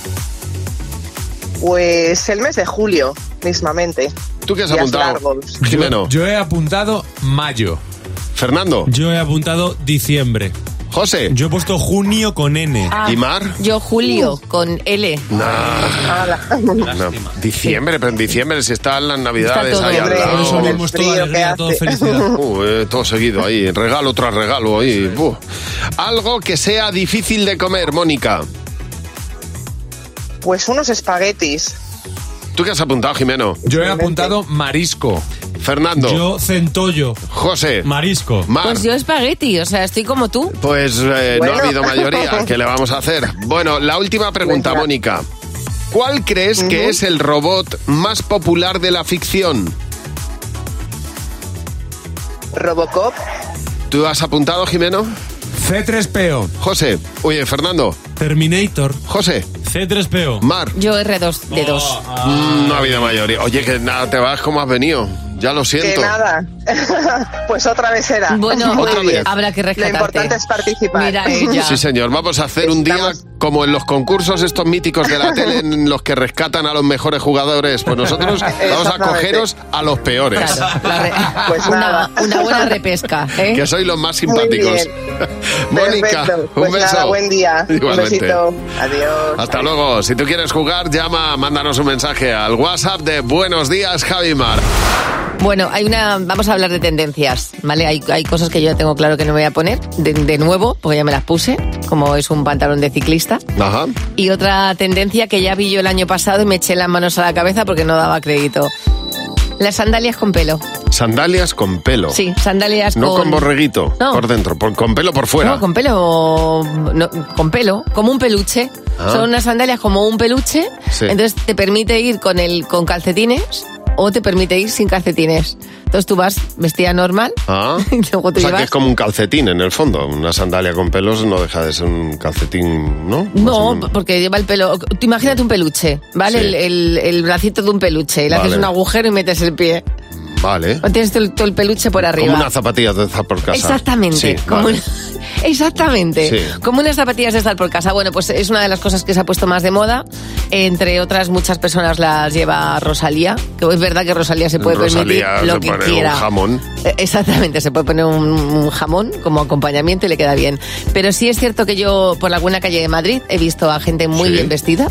S18: Pues el mes de julio, mismamente.
S3: ¿Tú qué has
S18: Días
S3: apuntado?
S18: largos.
S3: Jimeno.
S5: Yo he apuntado mayo.
S3: Fernando.
S5: Yo he apuntado diciembre.
S3: José.
S5: Yo he puesto junio con N.
S4: Ah,
S3: ¿Y Mar?
S4: Yo, Julio, con L.
S3: No, diciembre, pero en diciembre si están las navidades
S4: Está todo
S3: ahí al
S4: bien.
S3: lado.
S4: Por eso
S5: mismo es toda
S18: frío
S5: alegría,
S18: que
S5: todo
S18: hace.
S5: felicidad.
S3: Uh, eh, todo seguido ahí, regalo tras regalo ahí. buh. Algo que sea difícil de comer, Mónica.
S18: Pues unos espaguetis.
S3: ¿Tú qué has apuntado, Jimeno?
S5: Yo he apuntado marisco.
S3: Fernando.
S5: Yo centollo.
S3: José.
S5: Marisco.
S3: Mar.
S4: Pues yo espagueti, o sea, estoy como tú.
S3: Pues eh,
S18: Bueno.
S3: no ha habido mayoría. ¿Qué le vamos a hacer? Bueno, la última pregunta,
S18: Venga.
S3: Mónica. ¿Cuál crees que
S18: Ujú.
S3: es el robot más popular de la ficción?
S18: Robocop.
S3: ¿Tú has apuntado, Jimeno?
S5: C tres P O.
S3: José. Oye, Fernando.
S5: Terminator.
S3: José.
S5: C tres P O.
S3: Mar.
S4: Yo R dos D dos.
S3: Mm, no ha habido mayoría. Oye, que nada, te vas como has venido. Ya lo
S18: Que
S3: siento.
S18: nada. Pues otra vez será.
S4: Bueno,
S3: Otra
S4: pues,
S3: vez.
S4: habrá que
S18: Lo
S4: rescatarte.
S18: importante es participar.
S4: Mira ella.
S3: Sí, señor. Vamos a hacer un día
S18: Estamos-
S3: como en los concursos estos míticos de la tele en los que rescatan a los mejores jugadores. Pues nosotros vamos a
S18: Exactamente.
S3: cogeros a los peores.
S4: Claro, la re-
S18: Pues
S4: una,
S18: nada.
S4: una buena repesca, ¿eh?
S3: Que sois los más
S18: Muy
S3: simpáticos.
S18: bien.
S3: Mónica,
S18: Perfecto.
S3: un
S18: Pues
S3: beso.
S18: nada, buen día.
S3: Igualmente.
S18: Un besito. Adiós.
S3: Hasta luego. Si tú quieres jugar, llama, mándanos un mensaje al WhatsApp de Buenos Días, Javimar.
S4: Bueno, hay una, vamos a hablar de tendencias, ¿vale? Hay, hay cosas que yo ya tengo claro que no me voy a poner de, de nuevo, porque ya me las puse, como es un pantalón de ciclista.
S3: Ajá.
S4: Y otra tendencia que ya vi yo el año pasado y me eché las manos a la cabeza porque no daba crédito. Las sandalias con pelo.
S3: Sandalias con pelo.
S4: Sí, sandalias
S3: No
S4: con...
S3: con borreguito
S4: No.
S3: por dentro, por- con pelo por fuera.
S4: No, con pelo, no, con pelo, como un peluche.
S3: Ah.
S4: Son unas sandalias como un peluche,
S3: Sí.
S4: entonces te permite ir con el con calcetines o te permite ir sin calcetines. Entonces tú vas vestida normal
S3: Ah.
S4: y luego te
S3: O sea, que
S4: llevas...
S3: es como un calcetín en el fondo. Una sandalia con pelos no deja de ser un calcetín, ¿no?
S4: No,
S3: Más o
S4: porque lleva el pelo... Tú imagínate un peluche, ¿vale?
S3: Sí.
S4: El, el- el bracito de un peluche. Le
S3: Vale.
S4: haces un agujero y metes el pie.
S3: menos. Vale.
S4: O tienes todo el, todo el peluche por arriba.
S3: Como unas zapatillas de estar por casa.
S4: Exactamente.
S3: Sí,
S4: como
S3: vale.
S4: una- Exactamente.
S3: Sí.
S4: Como unas zapatillas de estar por casa. Bueno, pues es una de las cosas que se ha puesto más de moda. Entre otras, muchas personas las lleva Rosalía. Que es verdad que Rosalía se puede
S3: Rosalía
S4: permitir lo
S3: se
S4: que
S3: pone
S4: quiera.
S3: un jamón.
S4: Eh, Exactamente, se puede poner un, un jamón como acompañamiento y le queda bien. Pero sí es cierto que yo por alguna calle de Madrid he visto a gente muy
S3: Sí.
S4: bien vestida,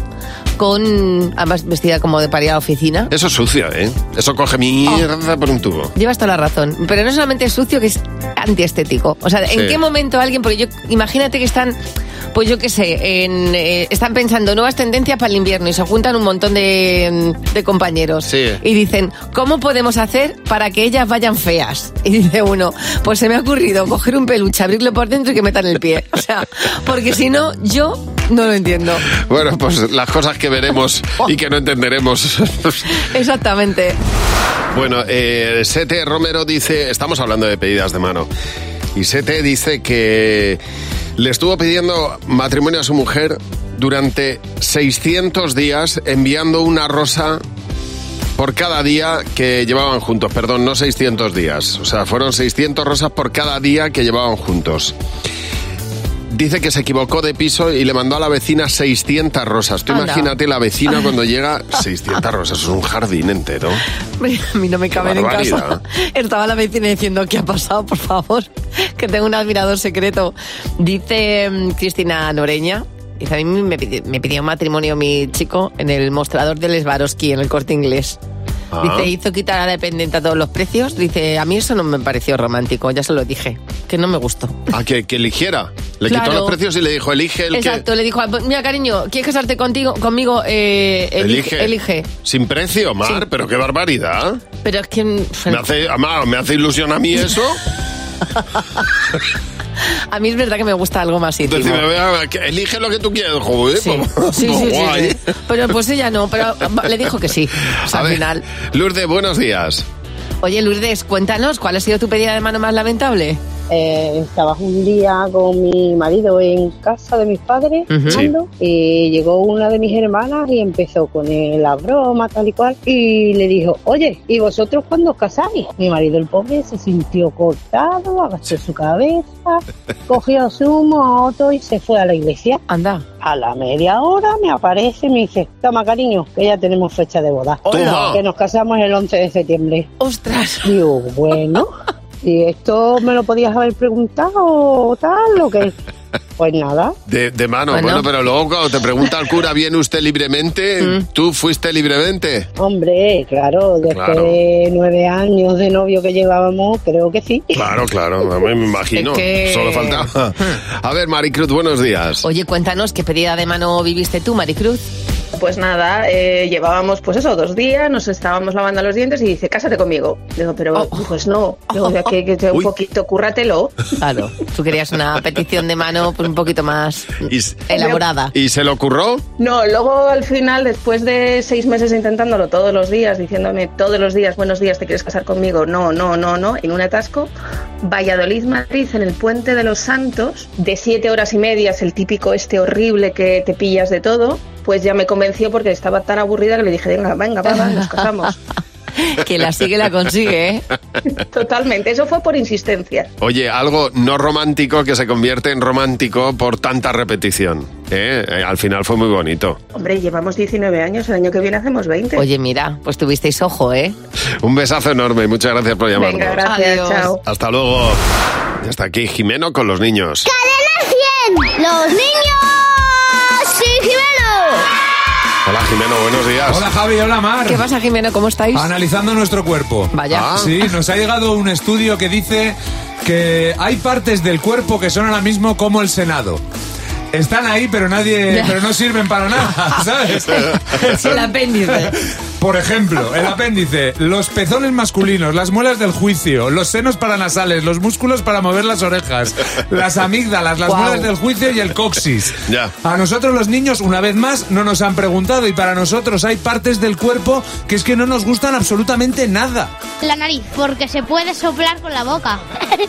S4: con además vestida como de para ir a la oficina.
S3: Eso es sucio, ¿eh? Eso coge mierda por un tubo.
S4: Llevas toda la razón. Pero no solamente es sucio, que es antiestético. O sea, ¿en
S3: Sí.
S4: qué momento alguien, porque yo, imagínate que están, pues yo qué sé, en, eh, están pensando nuevas tendencias para el invierno y se juntan un montón de, de compañeros.
S3: Sí.
S4: Y dicen, ¿cómo podemos hacer para que ellas vayan feas? Y dice uno, pues se me ha ocurrido coger un peluche, abrirlo por dentro y que metan el pie. O sea, porque si no, yo No lo entiendo.
S3: Bueno, pues las cosas que veremos y que no entenderemos.
S4: Exactamente.
S3: Bueno, eh, Sete Romero dice, estamos hablando de pedidas de mano, y Sete dice que le estuvo pidiendo matrimonio a su mujer durante seiscientos días, enviando una rosa por cada día que llevaban juntos. Perdón, no seiscientos días. O sea, fueron seiscientas rosas por cada día que llevaban juntos. Dice que se equivocó de piso y le mandó a la vecina seiscientas rosas. Tú Anda. Imagínate la vecina cuando llega, seiscientas rosas, es un jardín entero.
S4: A mí no me caben en casa. Estaba la vecina diciendo, ¿qué ha pasado, por favor? Que tengo un admirador secreto. Dice um, Cristina Noreña, dice, a mí me pidió, me pidió matrimonio mi chico en el mostrador del Swarovski, en el Corte Inglés. Ah. Dice, hizo quitar a la dependiente a todos los precios. Dice, a mí eso no me pareció romántico, ya se lo dije, que no me gustó.
S3: ¿A que, que eligiera? Le claro. quitó los precios y le dijo, elige el
S4: Exacto, que... Exacto, le dijo, mira cariño, ¿quieres casarte contigo, conmigo? Eh, elige, elige.
S3: Sin precio, Mar, sí. Pero qué barbaridad.
S4: Pero es que...
S3: Me hace, Mar, ¿me hace ilusión a mí eso?
S4: A mí es verdad que me gusta algo más íntimo.
S3: Entonces, elige lo que tú quieras, joder.
S4: Sí, pues, sí, sí, sí, sí. Pero pues ella no, pero le dijo que sí. O sea,
S3: a
S4: al
S3: ver,
S4: final.
S3: Lourdes, buenos días.
S4: Oye, Lourdes, cuéntanos, ¿cuál ha sido tu pedida de mano más lamentable?
S19: Eh, estaba un día con mi marido en casa de mis padres, uh-huh. sí. y llegó una de mis hermanas y empezó con la broma tal y cual, y le dijo, oye, ¿y vosotros cuándo os casáis? Mi marido, el pobre, se sintió cortado, agachó su cabeza, cogió su moto y se fue a la iglesia.
S4: Anda.
S19: A la media hora me aparece y me dice, toma cariño, que ya tenemos fecha de boda.
S3: Hola.
S19: Que nos casamos el once de septiembre.
S4: ¡Ostras!
S19: Digo, bueno... ¿Y esto me lo podías haber preguntado o tal o qué? Pues nada.
S3: De, de mano, bueno. bueno, pero luego cuando te pregunta el cura, ¿viene usted libremente? Mm. ¿Tú fuiste libremente?
S19: Hombre, claro, después claro. de nueve años de novio que llevábamos, creo que sí.
S3: Claro, claro, a mí me imagino. Es que... Solo faltaba. A ver, Maricruz, buenos días.
S4: Oye, cuéntanos, ¿qué pedida de mano viviste tú, Maricruz?
S20: Pues nada, eh, llevábamos pues eso, dos días, nos estábamos lavando los dientes y dice, cásate conmigo. Digo, pero oh. pues no, digo, ya que, que un Uy. poquito, cúrratelo.
S4: Claro, tú querías una petición de mano pues un poquito más
S3: ¿Y,
S4: elaborada.
S3: ¿Y se lo ocurrió?
S20: No, luego al final, después de seis meses intentándolo todos los días, diciéndome todos los días, buenos días, ¿te quieres casar conmigo? No, no, no, no, en un atasco, Valladolid-Madrid, en el Puente de los Santos, de siete horas y media, es el típico este horrible que te pillas de todo. Pues ya me convenció porque estaba tan aburrida que le dije, venga, venga, va, va, nos casamos.
S4: Que la sigue, la consigue, ¿eh?
S20: Totalmente, eso fue por insistencia.
S3: Oye, algo no romántico que se convierte en romántico por tanta repetición, ¿eh? Eh, al final fue muy bonito.
S20: Hombre, llevamos diecinueve años, el año que viene hacemos veinte.
S4: Oye, mira, pues tuvisteis ojo, ¿eh?
S3: Un besazo enorme y muchas gracias por llamarnos.
S20: Venga, gracias,
S4: Adiós.
S20: Chao.
S3: Hasta luego. Y hasta aquí Jimeno con los niños.
S10: ¡Cadena cien! ¡Los niños! ¡Sí, Jimeno!
S3: Hola, Jimeno, buenos días.
S5: Hola, Javi, hola, Mar.
S4: ¿Qué pasa, Jimeno? ¿Cómo estáis?
S5: Analizando nuestro cuerpo.
S4: Vaya.
S5: Ah. Sí, nos ha llegado un estudio que dice que hay partes del cuerpo que son ahora mismo como el Senado. Están ahí, pero nadie, pero no sirven para nada, ¿sabes?
S4: El apéndice.
S5: Por ejemplo, el apéndice, los pezones masculinos, las muelas del juicio, los senos paranasales, los músculos para mover las orejas, las amígdalas, las wow. muelas del juicio y el coxis.
S3: Ya.
S5: A nosotros los niños, una vez más, no nos han preguntado y para nosotros hay partes del cuerpo que es que no nos gustan absolutamente nada.
S21: La nariz, porque se puede soplar con la boca.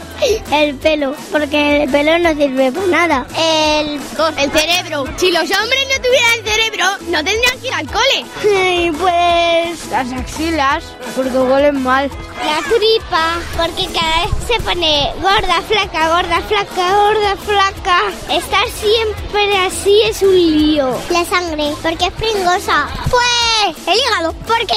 S22: El pelo, porque el pelo no sirve para nada.
S21: El, el cerebro. Si los hombres no tuvieran cerebro, no tendrían que ir al cole.
S22: Sí, pues las axilas, porque huelen mal.
S21: La tripa, porque cada vez se pone gorda, flaca, gorda, flaca, gorda, flaca. Estar siempre así es un lío.
S22: La sangre, porque es pringosa.
S21: Pues el hígado, porque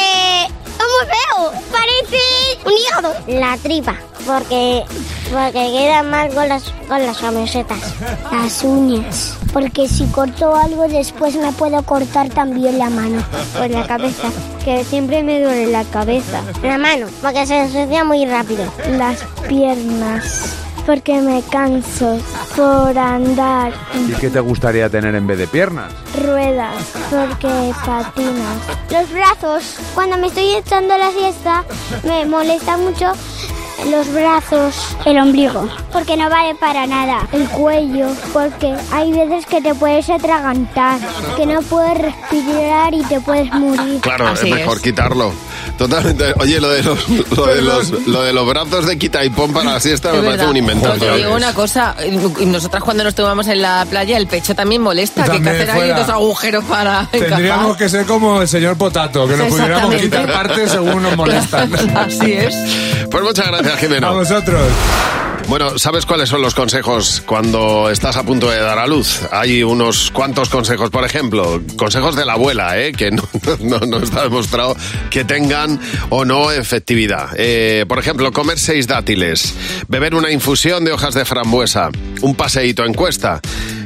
S21: es muy feo, parece un hígado.
S22: La tripa, porque porque queda mal con las con las camisetas.
S21: Las uñas,
S22: porque si corto algo después me puedo cortar también la mano.
S21: Pues la cabeza, que siempre me duele la cabeza.
S22: La mano, porque se ensucia muy rápido.
S21: Las piernas, porque me canso por andar.
S5: ¿Y qué te gustaría tener en vez de piernas?
S21: Ruedas, porque patinas. Los brazos, cuando me estoy echando la siesta, me molesta mucho los brazos, el ombligo, porque no vale para nada. El cuello, porque hay veces que te puedes atragantar, que no puedes respirar y te puedes morir.
S3: Claro,
S21: Así
S3: es mejor
S21: es.
S3: quitarlo. Totalmente. Oye, lo de los, lo de los, lo de los brazos de quita y pon para la siesta me
S4: Es
S3: parece
S4: verdad.
S3: un invento.
S4: Pues te digo una cosa, y nosotras cuando nos tomamos en la playa el pecho también molesta, que hay que
S2: También
S4: hacer ahí
S2: fuera.
S4: dos agujeros para
S2: Tendríamos
S4: encajar.
S2: que ser como el señor Potato, que nos pudiéramos
S4: Exactamente.
S2: quitar partes según nos molestan.
S4: Así es.
S3: Pues muchas gracias, Jimeno.
S2: A vosotros.
S3: Bueno, ¿sabes cuáles son los consejos cuando estás a punto de dar a luz? Hay unos cuantos consejos, por ejemplo, consejos de la abuela, ¿eh? Que no, no, no está demostrado que tengan o no efectividad. Eh, por ejemplo, comer seis dátiles, beber una infusión de hojas de frambuesa, un paseíto en cuesta,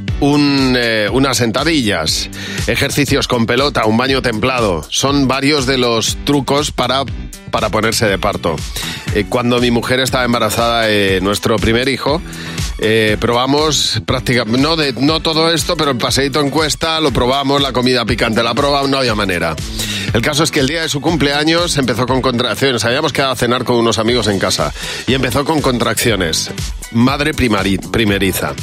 S3: un, eh, unas sentadillas, ejercicios con pelota, un baño templado. Son varios de los trucos para, para ponerse de parto. Eh, cuando mi mujer estaba embarazada de eh, nuestro primer hijo, eh, probamos prácticamente, no, de, no todo esto, pero el paseíto en cuesta lo probamos, la comida picante la probamos, no había manera. El caso es que el día de su cumpleaños empezó con contracciones. Habíamos quedado a cenar con unos amigos en casa y empezó con contracciones. Madre primari- primeriza.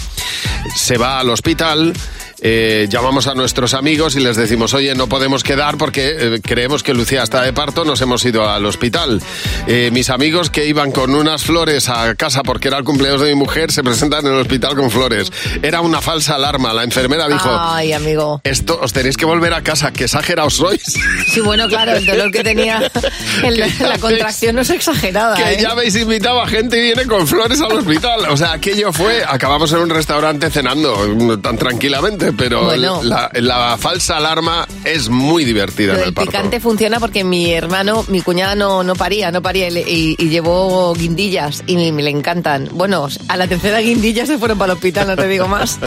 S3: Se va al hospital. Eh, llamamos a nuestros amigos y les decimos, oye, no podemos quedar porque eh, creemos que Lucía está de parto, nos hemos ido al hospital. Eh, mis amigos que iban con unas flores a casa porque era el cumpleaños de mi mujer se presentan en el hospital con flores. Era una falsa alarma. La enfermera dijo,
S4: Ay, amigo.
S3: esto os tenéis que volver a casa, que exagerados sois.
S4: Sí, bueno, claro, el dolor que tenía en la, la contracción no es exagerada.
S3: Que
S4: ¿eh?
S3: ya habéis invitado a gente y viene con flores al hospital. O sea, aquello fue... Acabamos en un restaurante cenando tan tranquilamente, pero
S4: Bueno.
S3: la, la falsa alarma es muy divertida
S4: Lo
S3: en
S4: del
S3: el parto.
S4: picante funciona porque mi hermano, mi cuñada no, no paría, no paría y, le- y- y llevó guindillas y me, me le encantan. Bueno, a la tercera guindilla se fueron para el hospital, no te digo más.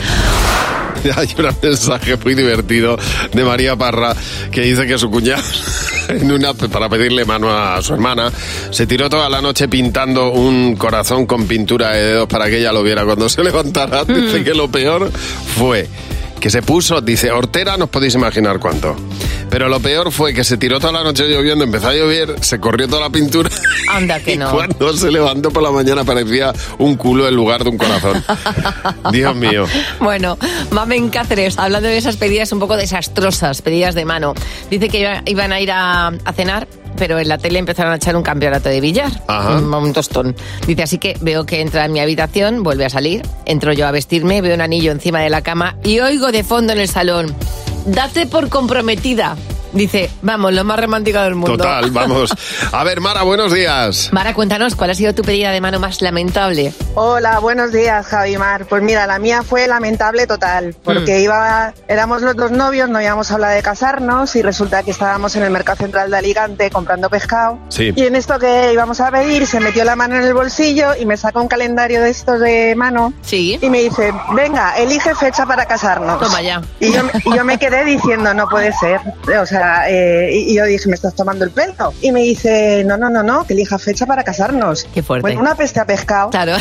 S3: Hay un mensaje muy divertido de María Parra que dice que su cuñada, en una, para pedirle mano a su hermana, se tiró toda la noche pintando un corazón con pintura de dedos para que ella lo viera cuando se levantara. Dice que lo peor fue que se puso, dice, hortera, no os podéis imaginar cuánto. Pero lo peor fue que se tiró toda la noche lloviendo, empezó a llover, se corrió toda la pintura.
S4: Anda que
S3: Y
S4: no.
S3: cuando se levantó por la mañana parecía un culo en lugar de un corazón. Dios mío.
S4: Bueno, Mamen Cáceres, hablando de esas pedidas un poco desastrosas, pedidas de mano. Dice que iba- iban a ir a, a cenar, pero en la tele empezaron a echar un campeonato de billar.
S3: Ajá.
S4: Un, un tostón. Dice, así que veo que entra en mi habitación, vuelve a salir, entro yo a vestirme, veo un anillo encima de la cama y oigo de fondo en el salón, date por comprometida. Dice, vamos, lo más romántico del mundo.
S3: Total, vamos. A ver, Mara, buenos días.
S4: Mara, cuéntanos, ¿cuál ha sido tu pedida de mano más lamentable?
S18: Hola, buenos días, Javi Mar. Pues mira, la mía fue lamentable total, porque
S4: Mm.
S18: iba, éramos los dos novios, no íbamos a hablar de casarnos y resulta que estábamos en el Mercado Central de Alicante comprando pescado.
S3: Sí.
S18: Y en esto que íbamos a pedir, se metió la mano en el bolsillo y me sacó un calendario de estos de mano.
S4: Sí.
S18: Y me dice, venga, elige fecha para casarnos.
S4: Toma ya.
S18: Y yo, y yo me quedé diciendo, no puede ser. O sea, eh, y y yo dije, ¿me estás tomando el pelo? Y me dice, no, no, no, no, que elija fecha para casarnos.
S4: Qué fuerte.
S18: Bueno, una peste a pescado.
S4: Claro.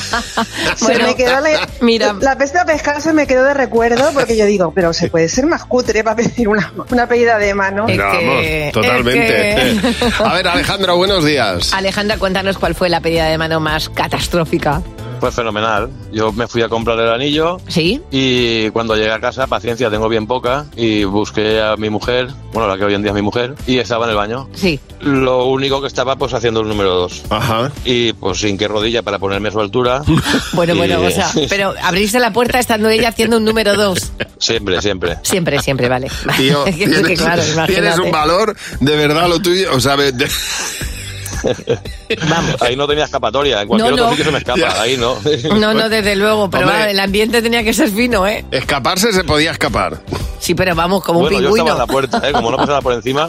S18: Se
S4: Bueno,
S18: me quedó la,
S4: mira.
S18: la peste a pescado se me quedó de recuerdo porque yo digo, pero se puede ser más cutre para pedir una, una pedida de mano.
S4: Es
S3: Vamos,
S4: que-
S3: totalmente.
S4: es que-
S3: A ver, Alejandro, buenos días.
S4: Alejandra, cuéntanos cuál fue la pedida de mano más catastrófica.
S9: Pues fenomenal. Yo me fui a comprar el anillo.
S4: ¿Sí?
S9: Y cuando llegué a casa, paciencia tengo bien poca, y busqué a mi mujer, bueno, la que hoy en día es mi mujer, y estaba en el baño.
S4: Sí.
S9: Lo único que estaba, pues, haciendo el número dos.
S3: Ajá.
S9: Y, pues, sin que rodilla para ponerme a su altura.
S4: Bueno,
S9: Y-
S4: bueno, o sea, pero abriste la puerta estando ella haciendo un número dos.
S9: Siempre, siempre.
S4: Siempre, siempre, vale.
S3: Tío,
S4: Es que,
S3: tienes,
S4: claro, imagínate.
S3: tienes un valor de verdad lo tuyo. O sea, de- de-
S9: Ahí no tenía escapatoria, en cualquier
S4: No,
S9: otro
S4: no.
S9: sitio se me escapa,
S3: Ya.
S9: ahí no.
S4: No, no, desde luego, pero
S3: Hombre.
S4: va, el ambiente tenía que ser fino, ¿eh?
S3: escaparse se podía escapar.
S4: Sí, pero vamos, como
S9: Bueno,
S4: un
S9: yo estaba
S4: pingüino.
S9: en la puerta, ¿eh? Como no pasaba por encima.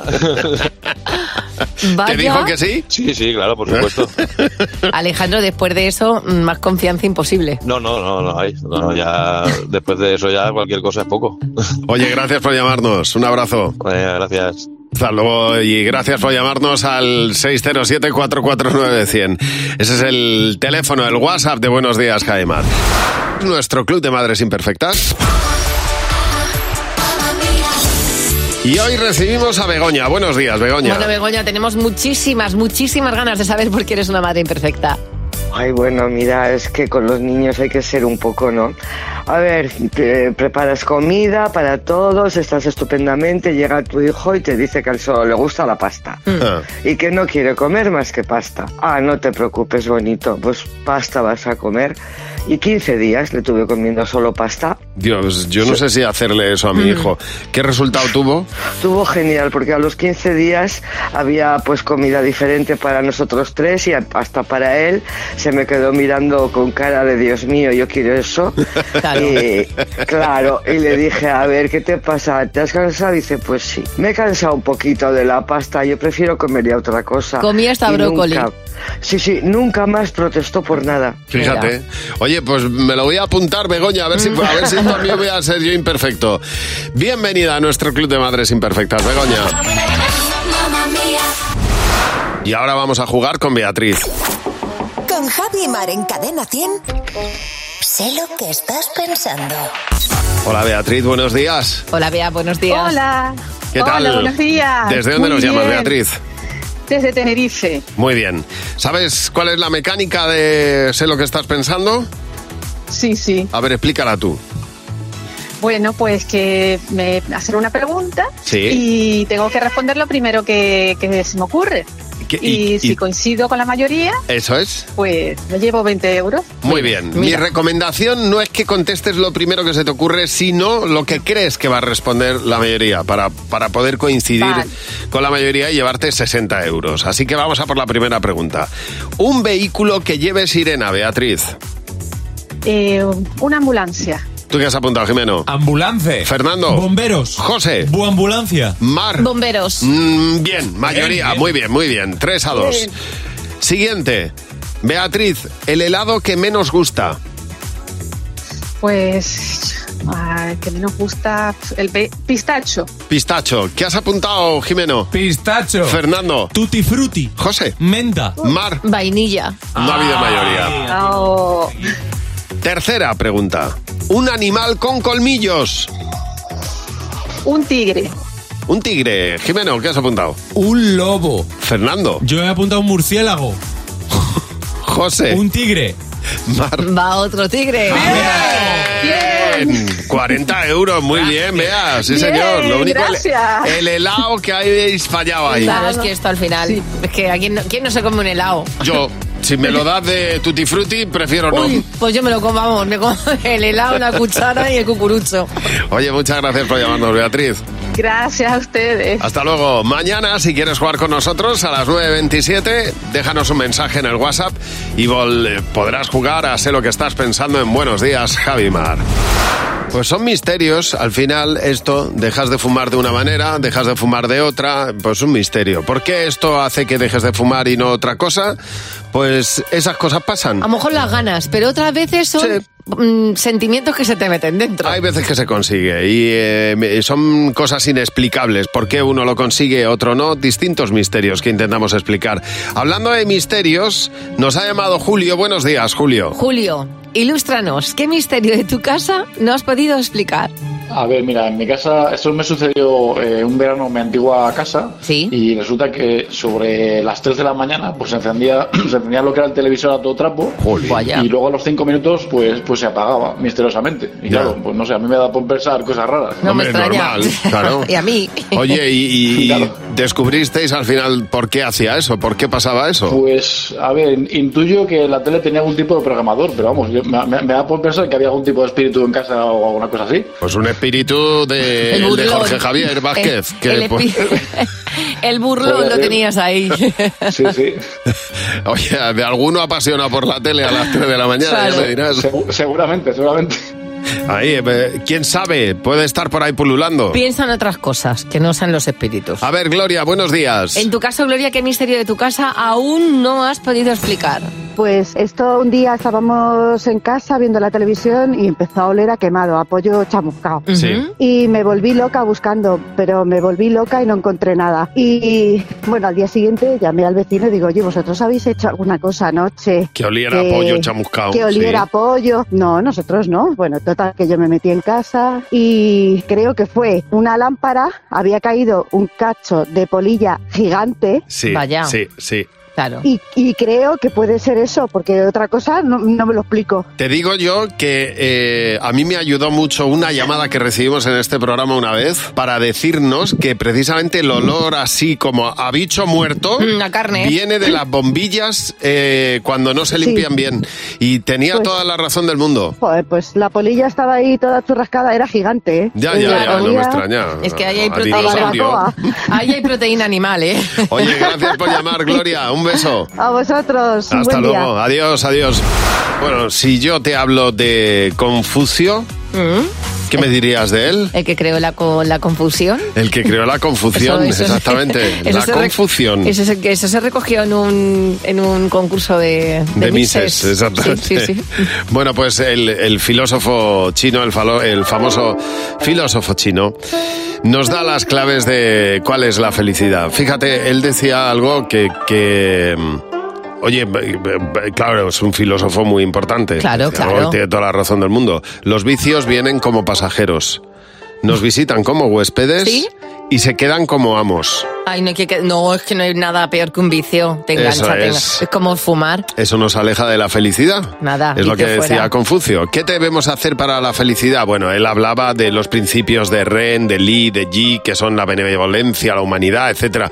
S4: Vaya.
S3: ¿Te dijo que sí?
S9: Sí, sí, claro, por supuesto.
S4: Alejandro, después de eso, más confianza imposible.
S9: No, no, no, no, ahí, no, no, ya después de eso ya cualquier cosa es poco.
S3: Oye, gracias por llamarnos. Un abrazo.
S9: Eh, gracias.
S3: Hasta luego y gracias por llamarnos al seis cero siete, cuatro cuatro nueve, cien. Ese es el teléfono, el WhatsApp de Buenos Días, Jaimar. Nuestro club de madres imperfectas. Y hoy recibimos a Begoña. Buenos días, Begoña.
S4: Bueno, Begoña, tenemos muchísimas, muchísimas ganas de saber por qué eres una madre imperfecta.
S6: Ay, bueno, mira, es que con los niños hay que ser un poco, ¿no? A ver, te preparas comida para todos, estás estupendamente, llega tu hijo y te dice que a él solo le gusta la pasta. Mm. Y que no quiere comer más que pasta. Ah, no te preocupes, bonito, pues pasta vas a comer. Y quince días le tuve comiendo solo pasta.
S3: Dios, yo no sé si hacerle eso a mi hijo. ¿Qué resultado tuvo?
S6: Tuvo genial, porque a los quince días había pues comida diferente para nosotros tres y hasta para él. Se me quedó mirando con cara de Dios mío, yo quiero eso. Claro. Y, claro, y le dije, a ver, ¿qué te pasa? ¿Te has cansado? Y dice, pues sí. Me he cansado un poquito de la pasta, yo prefiero comer ya otra cosa.
S4: Comí hasta brócoli.
S6: Nunca, sí, sí, nunca más protestó por nada.
S3: Fíjate. Oye, pues me lo voy a apuntar, Begoña, a ver si, a ver si también voy a ser yo imperfecto. Bienvenida a nuestro Club de Madres Imperfectas, Begoña. Y ahora vamos a jugar con Beatriz.
S1: Con Javi y Mar en Cadena cien, sé lo que estás pensando.
S3: Hola, Beatriz, buenos días.
S4: Hola, Bea, buenos días.
S7: Hola.
S3: ¿Qué tal?
S7: Hola, buenos días.
S3: ¿Desde dónde
S7: Muy
S3: nos llamas,
S7: bien.
S3: Beatriz?
S7: Desde Tenerife.
S3: Muy bien. ¿Sabes cuál es la mecánica de sé lo que estás pensando?
S7: Sí, sí.
S3: A ver, explícala tú.
S7: Bueno, pues que me hacer una pregunta
S3: Sí.
S7: y tengo que responder lo primero que, que se me ocurre.
S3: ¿Qué-
S7: Y,
S3: y-
S7: si
S3: y-
S7: coincido con la mayoría,
S3: Eso es.
S7: pues me llevo veinte euros.
S3: Muy bien. Mi
S7: Mira.
S3: recomendación no es que contestes lo primero que se te ocurre, sino lo que crees que va a responder la mayoría, para, para poder coincidir
S7: Vale.
S3: con la mayoría y llevarte sesenta euros. Así que vamos a por la primera pregunta. Un vehículo que lleve sirena, Beatriz.
S7: Eh, una ambulancia.
S3: ¿Tú qué has apuntado, Jimeno?
S5: Ambulance.
S3: Fernando.
S5: Bomberos.
S3: José.
S5: Buambulancia.
S3: Mar.
S4: Bomberos.
S3: Mm, bien, mayoría.
S5: Bien, bien.
S3: Muy bien, muy bien. tres a dos.
S7: Bien.
S3: Siguiente. Beatriz, el helado que menos gusta.
S7: Pues ah, que menos gusta el pe- pistacho.
S3: Pistacho. ¿Qué has apuntado, Jimeno?
S5: Pistacho.
S3: Fernando.
S5: Tutti frutti.
S3: José.
S5: Menta.
S3: Mar.
S4: Vainilla.
S3: No ha habido mayoría.
S7: Oh,
S3: Tercera pregunta. Un animal con colmillos.
S7: un tigre.
S3: Un tigre. Jimeno, ¿qué has apuntado?
S5: Un lobo.
S3: Fernando.
S5: Yo he apuntado un murciélago.
S3: José.
S5: Un tigre.
S3: Mar.
S4: Va otro tigre.
S3: Bien. cuarenta euros, muy bien, vea, sí
S7: Bien,
S3: señor. Lo único, el,
S7: gracias.
S3: el helado que habéis fallado ahí.
S4: Claro, es que esto al final, es que aquí no, ¿quién no se come un helado?
S3: Yo, si me lo das de tutti frutti, prefiero no.
S4: Uy, pues yo me lo como, vamos, me como el helado, la cuchara y el cucurucho.
S3: Oye, muchas gracias por llamarnos, Beatriz.
S7: Gracias a ustedes.
S3: Hasta luego. Mañana, si quieres jugar con nosotros, a las nueve veintisiete, déjanos un mensaje en el WhatsApp y vol- podrás jugar a Sé lo que estás pensando en Buenos Días, Javi Mar. Pues son misterios, al final esto, dejas de fumar de una manera, dejas de fumar de otra, pues un misterio. ¿Por qué esto hace que dejes de fumar y no otra cosa? Pues esas cosas pasan.
S4: A lo mejor las ganas, pero otras veces son mm, sentimientos que se te meten dentro.
S3: Hay veces que se consigue y eh, son cosas inexplicables. ¿Por qué uno lo consigue, otro no? Distintos misterios que intentamos explicar. Hablando de misterios, nos ha llamado Julio. Buenos días, Julio.
S4: Julio, ilústranos, ¿qué misterio de tu casa no has podido explicar?
S23: A ver, mira, en mi casa, esto me sucedió eh, un verano en mi antigua casa.
S4: Sí.
S23: Y resulta que sobre las tres de la mañana, pues se encendía, se encendía lo que era el televisor a todo trapo.
S4: Vaya.
S23: Y luego a los cinco minutos, pues, pues se apagaba misteriosamente. Y
S3: Ya.
S23: claro, pues no sé, a mí me da por pensar cosas raras.
S4: No me
S3: Hombre,
S4: extraña.
S3: normal, claro.
S4: Y a mí.
S3: Oye, ¿y, y
S23: Claro.
S3: descubristeis al final por qué hacía eso? ¿Por qué pasaba eso?
S23: Pues, a ver, intuyo que la tele tenía algún tipo de programador, pero vamos, yo- me, me- me da por pensar que había algún tipo de espíritu en casa o alguna cosa así.
S3: Pues un espíritu de,
S4: El
S3: el de
S4: burlón.
S3: Jorge Javier Vázquez.
S4: El,
S3: que,
S4: el
S3: pues,
S4: espi- el burlón
S23: Joder,
S4: lo
S23: sí.
S4: tenías ahí.
S23: Sí, sí.
S3: oye, de alguno apasionado por la tele a las tres de la mañana,
S4: Claro.
S3: ya me dirás.
S23: Segu- seguramente, seguramente.
S3: Ahí, eh, quién sabe, puede estar por ahí pululando.
S4: Piensa en otras cosas que no sean los espíritus.
S3: A ver, Gloria, buenos días.
S4: En tu caso, Gloria, ¿qué misterio de tu casa aún no has podido explicar?
S8: Pues esto un día estábamos en casa viendo la televisión y empezó a oler a quemado, a pollo chamuscado.
S3: Sí.
S8: Y me volví loca buscando, pero me volví loca y no encontré nada. Y bueno, al día siguiente llamé al vecino y digo, oye, ¿vosotros habéis hecho alguna cosa anoche?
S3: Que oliera a pollo chamuscado.
S8: Que oliera a
S3: sí.
S8: pollo. No, nosotros no. Bueno, total, que yo me metí en casa y creo que fue una lámpara, había caído un cacho de polilla gigante.
S3: Sí,
S4: Vaya.
S3: sí, sí.
S4: Claro.
S8: Y, y creo que puede ser eso, porque otra cosa no, no me lo explico.
S3: Te digo yo que eh, a mí me ayudó mucho una llamada que recibimos en este programa una vez para decirnos que precisamente el olor así como a bicho muerto
S4: La carne.
S3: viene de las bombillas eh, cuando no se limpian
S8: Sí.
S3: bien. Y tenía
S8: Pues-
S3: toda la razón del mundo.
S8: Joder, pues la polilla estaba ahí toda churrascada, era gigante, ¿eh?
S3: Ya,
S8: Y
S3: ya,
S8: la
S3: ya, no me
S8: polilla-
S3: extraña.
S4: Es que ahí hay
S3: A
S4: proteína.
S3: dinosaurio.
S4: Ahí hay proteína animal, ¿eh?
S3: Oye, gracias por llamar, Gloria. Un beso.
S8: A vosotros, un
S3: Hasta
S8: buen
S3: luego.
S8: día.
S3: Adiós, adiós. Bueno, si yo te hablo de Confucio, ¿qué me dirías de él?
S4: El que creó la, co- la confusión.
S3: El que creó la confusión,
S4: Eso- eso-
S3: exactamente.
S4: eso
S3: La
S4: se rec-
S3: confusión.
S4: Eso se, que eso se recogió en un, en un concurso de, de,
S3: De Mises,
S4: Mises.
S3: exactamente.
S4: Sí, sí, sí.
S3: Bueno, pues el, el filósofo chino, el, falo- el famoso filósofo chino, nos da las claves de cuál es la felicidad. Fíjate, él decía algo que... que Oye, b- b- claro, es un filósofo muy importante.
S4: Claro,
S3: Decía,
S4: claro.
S3: "Oh, tiene toda la razón del mundo. Los vicios vienen como pasajeros. Nos visitan como huéspedes
S4: ¿Sí?
S3: y se quedan como amos.
S4: Ay, no, hay que, no, es que no hay nada peor que un vicio. Te engancha,
S3: Eso
S4: te engan-
S3: es.
S4: es como fumar.
S3: Eso nos aleja de la felicidad.
S4: Nada,
S3: Es lo que
S4: vicio
S3: decía
S4: fuera.
S3: Confucio. ¿Qué debemos hacer para la felicidad? Bueno, él hablaba de los principios de Ren, de Li, de Yi, que son la benevolencia, la humanidad, etcétera.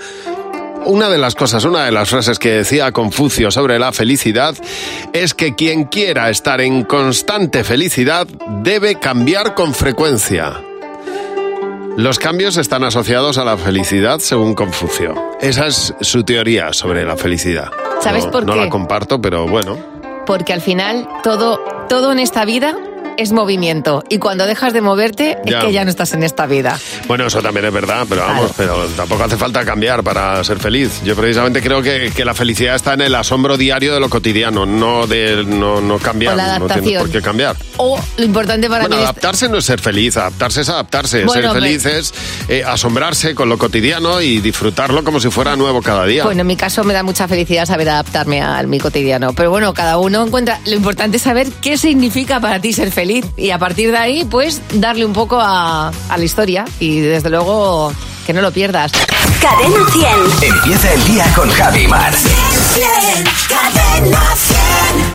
S3: Una de las cosas, una de las frases que decía Confucio sobre la felicidad es que quien quiera estar en constante felicidad debe cambiar con frecuencia. Los cambios están asociados a la felicidad, según Confucio. Esa es su teoría sobre la felicidad.
S4: ¿Sabes
S3: No-
S4: por
S3: No
S4: qué?
S3: la comparto, pero bueno.
S4: Porque al final todo, todo en esta vida es movimiento. Y cuando dejas de moverte
S3: Ya.
S4: es que ya no estás en esta vida.
S3: Bueno, eso también es verdad, pero vamos, pero tampoco hace falta cambiar para ser feliz. Yo precisamente creo que, que la felicidad está en el asombro diario de lo cotidiano, no de no, no cambiar,
S4: O la
S3: no tienes
S4: adaptación.
S3: por qué cambiar.
S4: O lo importante para
S3: Bueno,
S4: mí es...
S3: adaptarse no es ser feliz, adaptarse es adaptarse.
S4: Bueno,
S3: ser feliz
S4: pero-
S3: es eh, asombrarse con lo cotidiano y disfrutarlo como si fuera nuevo cada día.
S4: Bueno, en mi caso me da mucha felicidad saber adaptarme a mi cotidiano. Pero bueno, cada uno encuentra... Lo importante es saber qué significa para ti ser feliz. Y a partir de ahí, pues, darle un poco a, a la historia. Y desde luego, que no lo pierdas.
S1: Cadena cien.
S11: Empieza el día con Javi Mar.
S1: Cadena cien.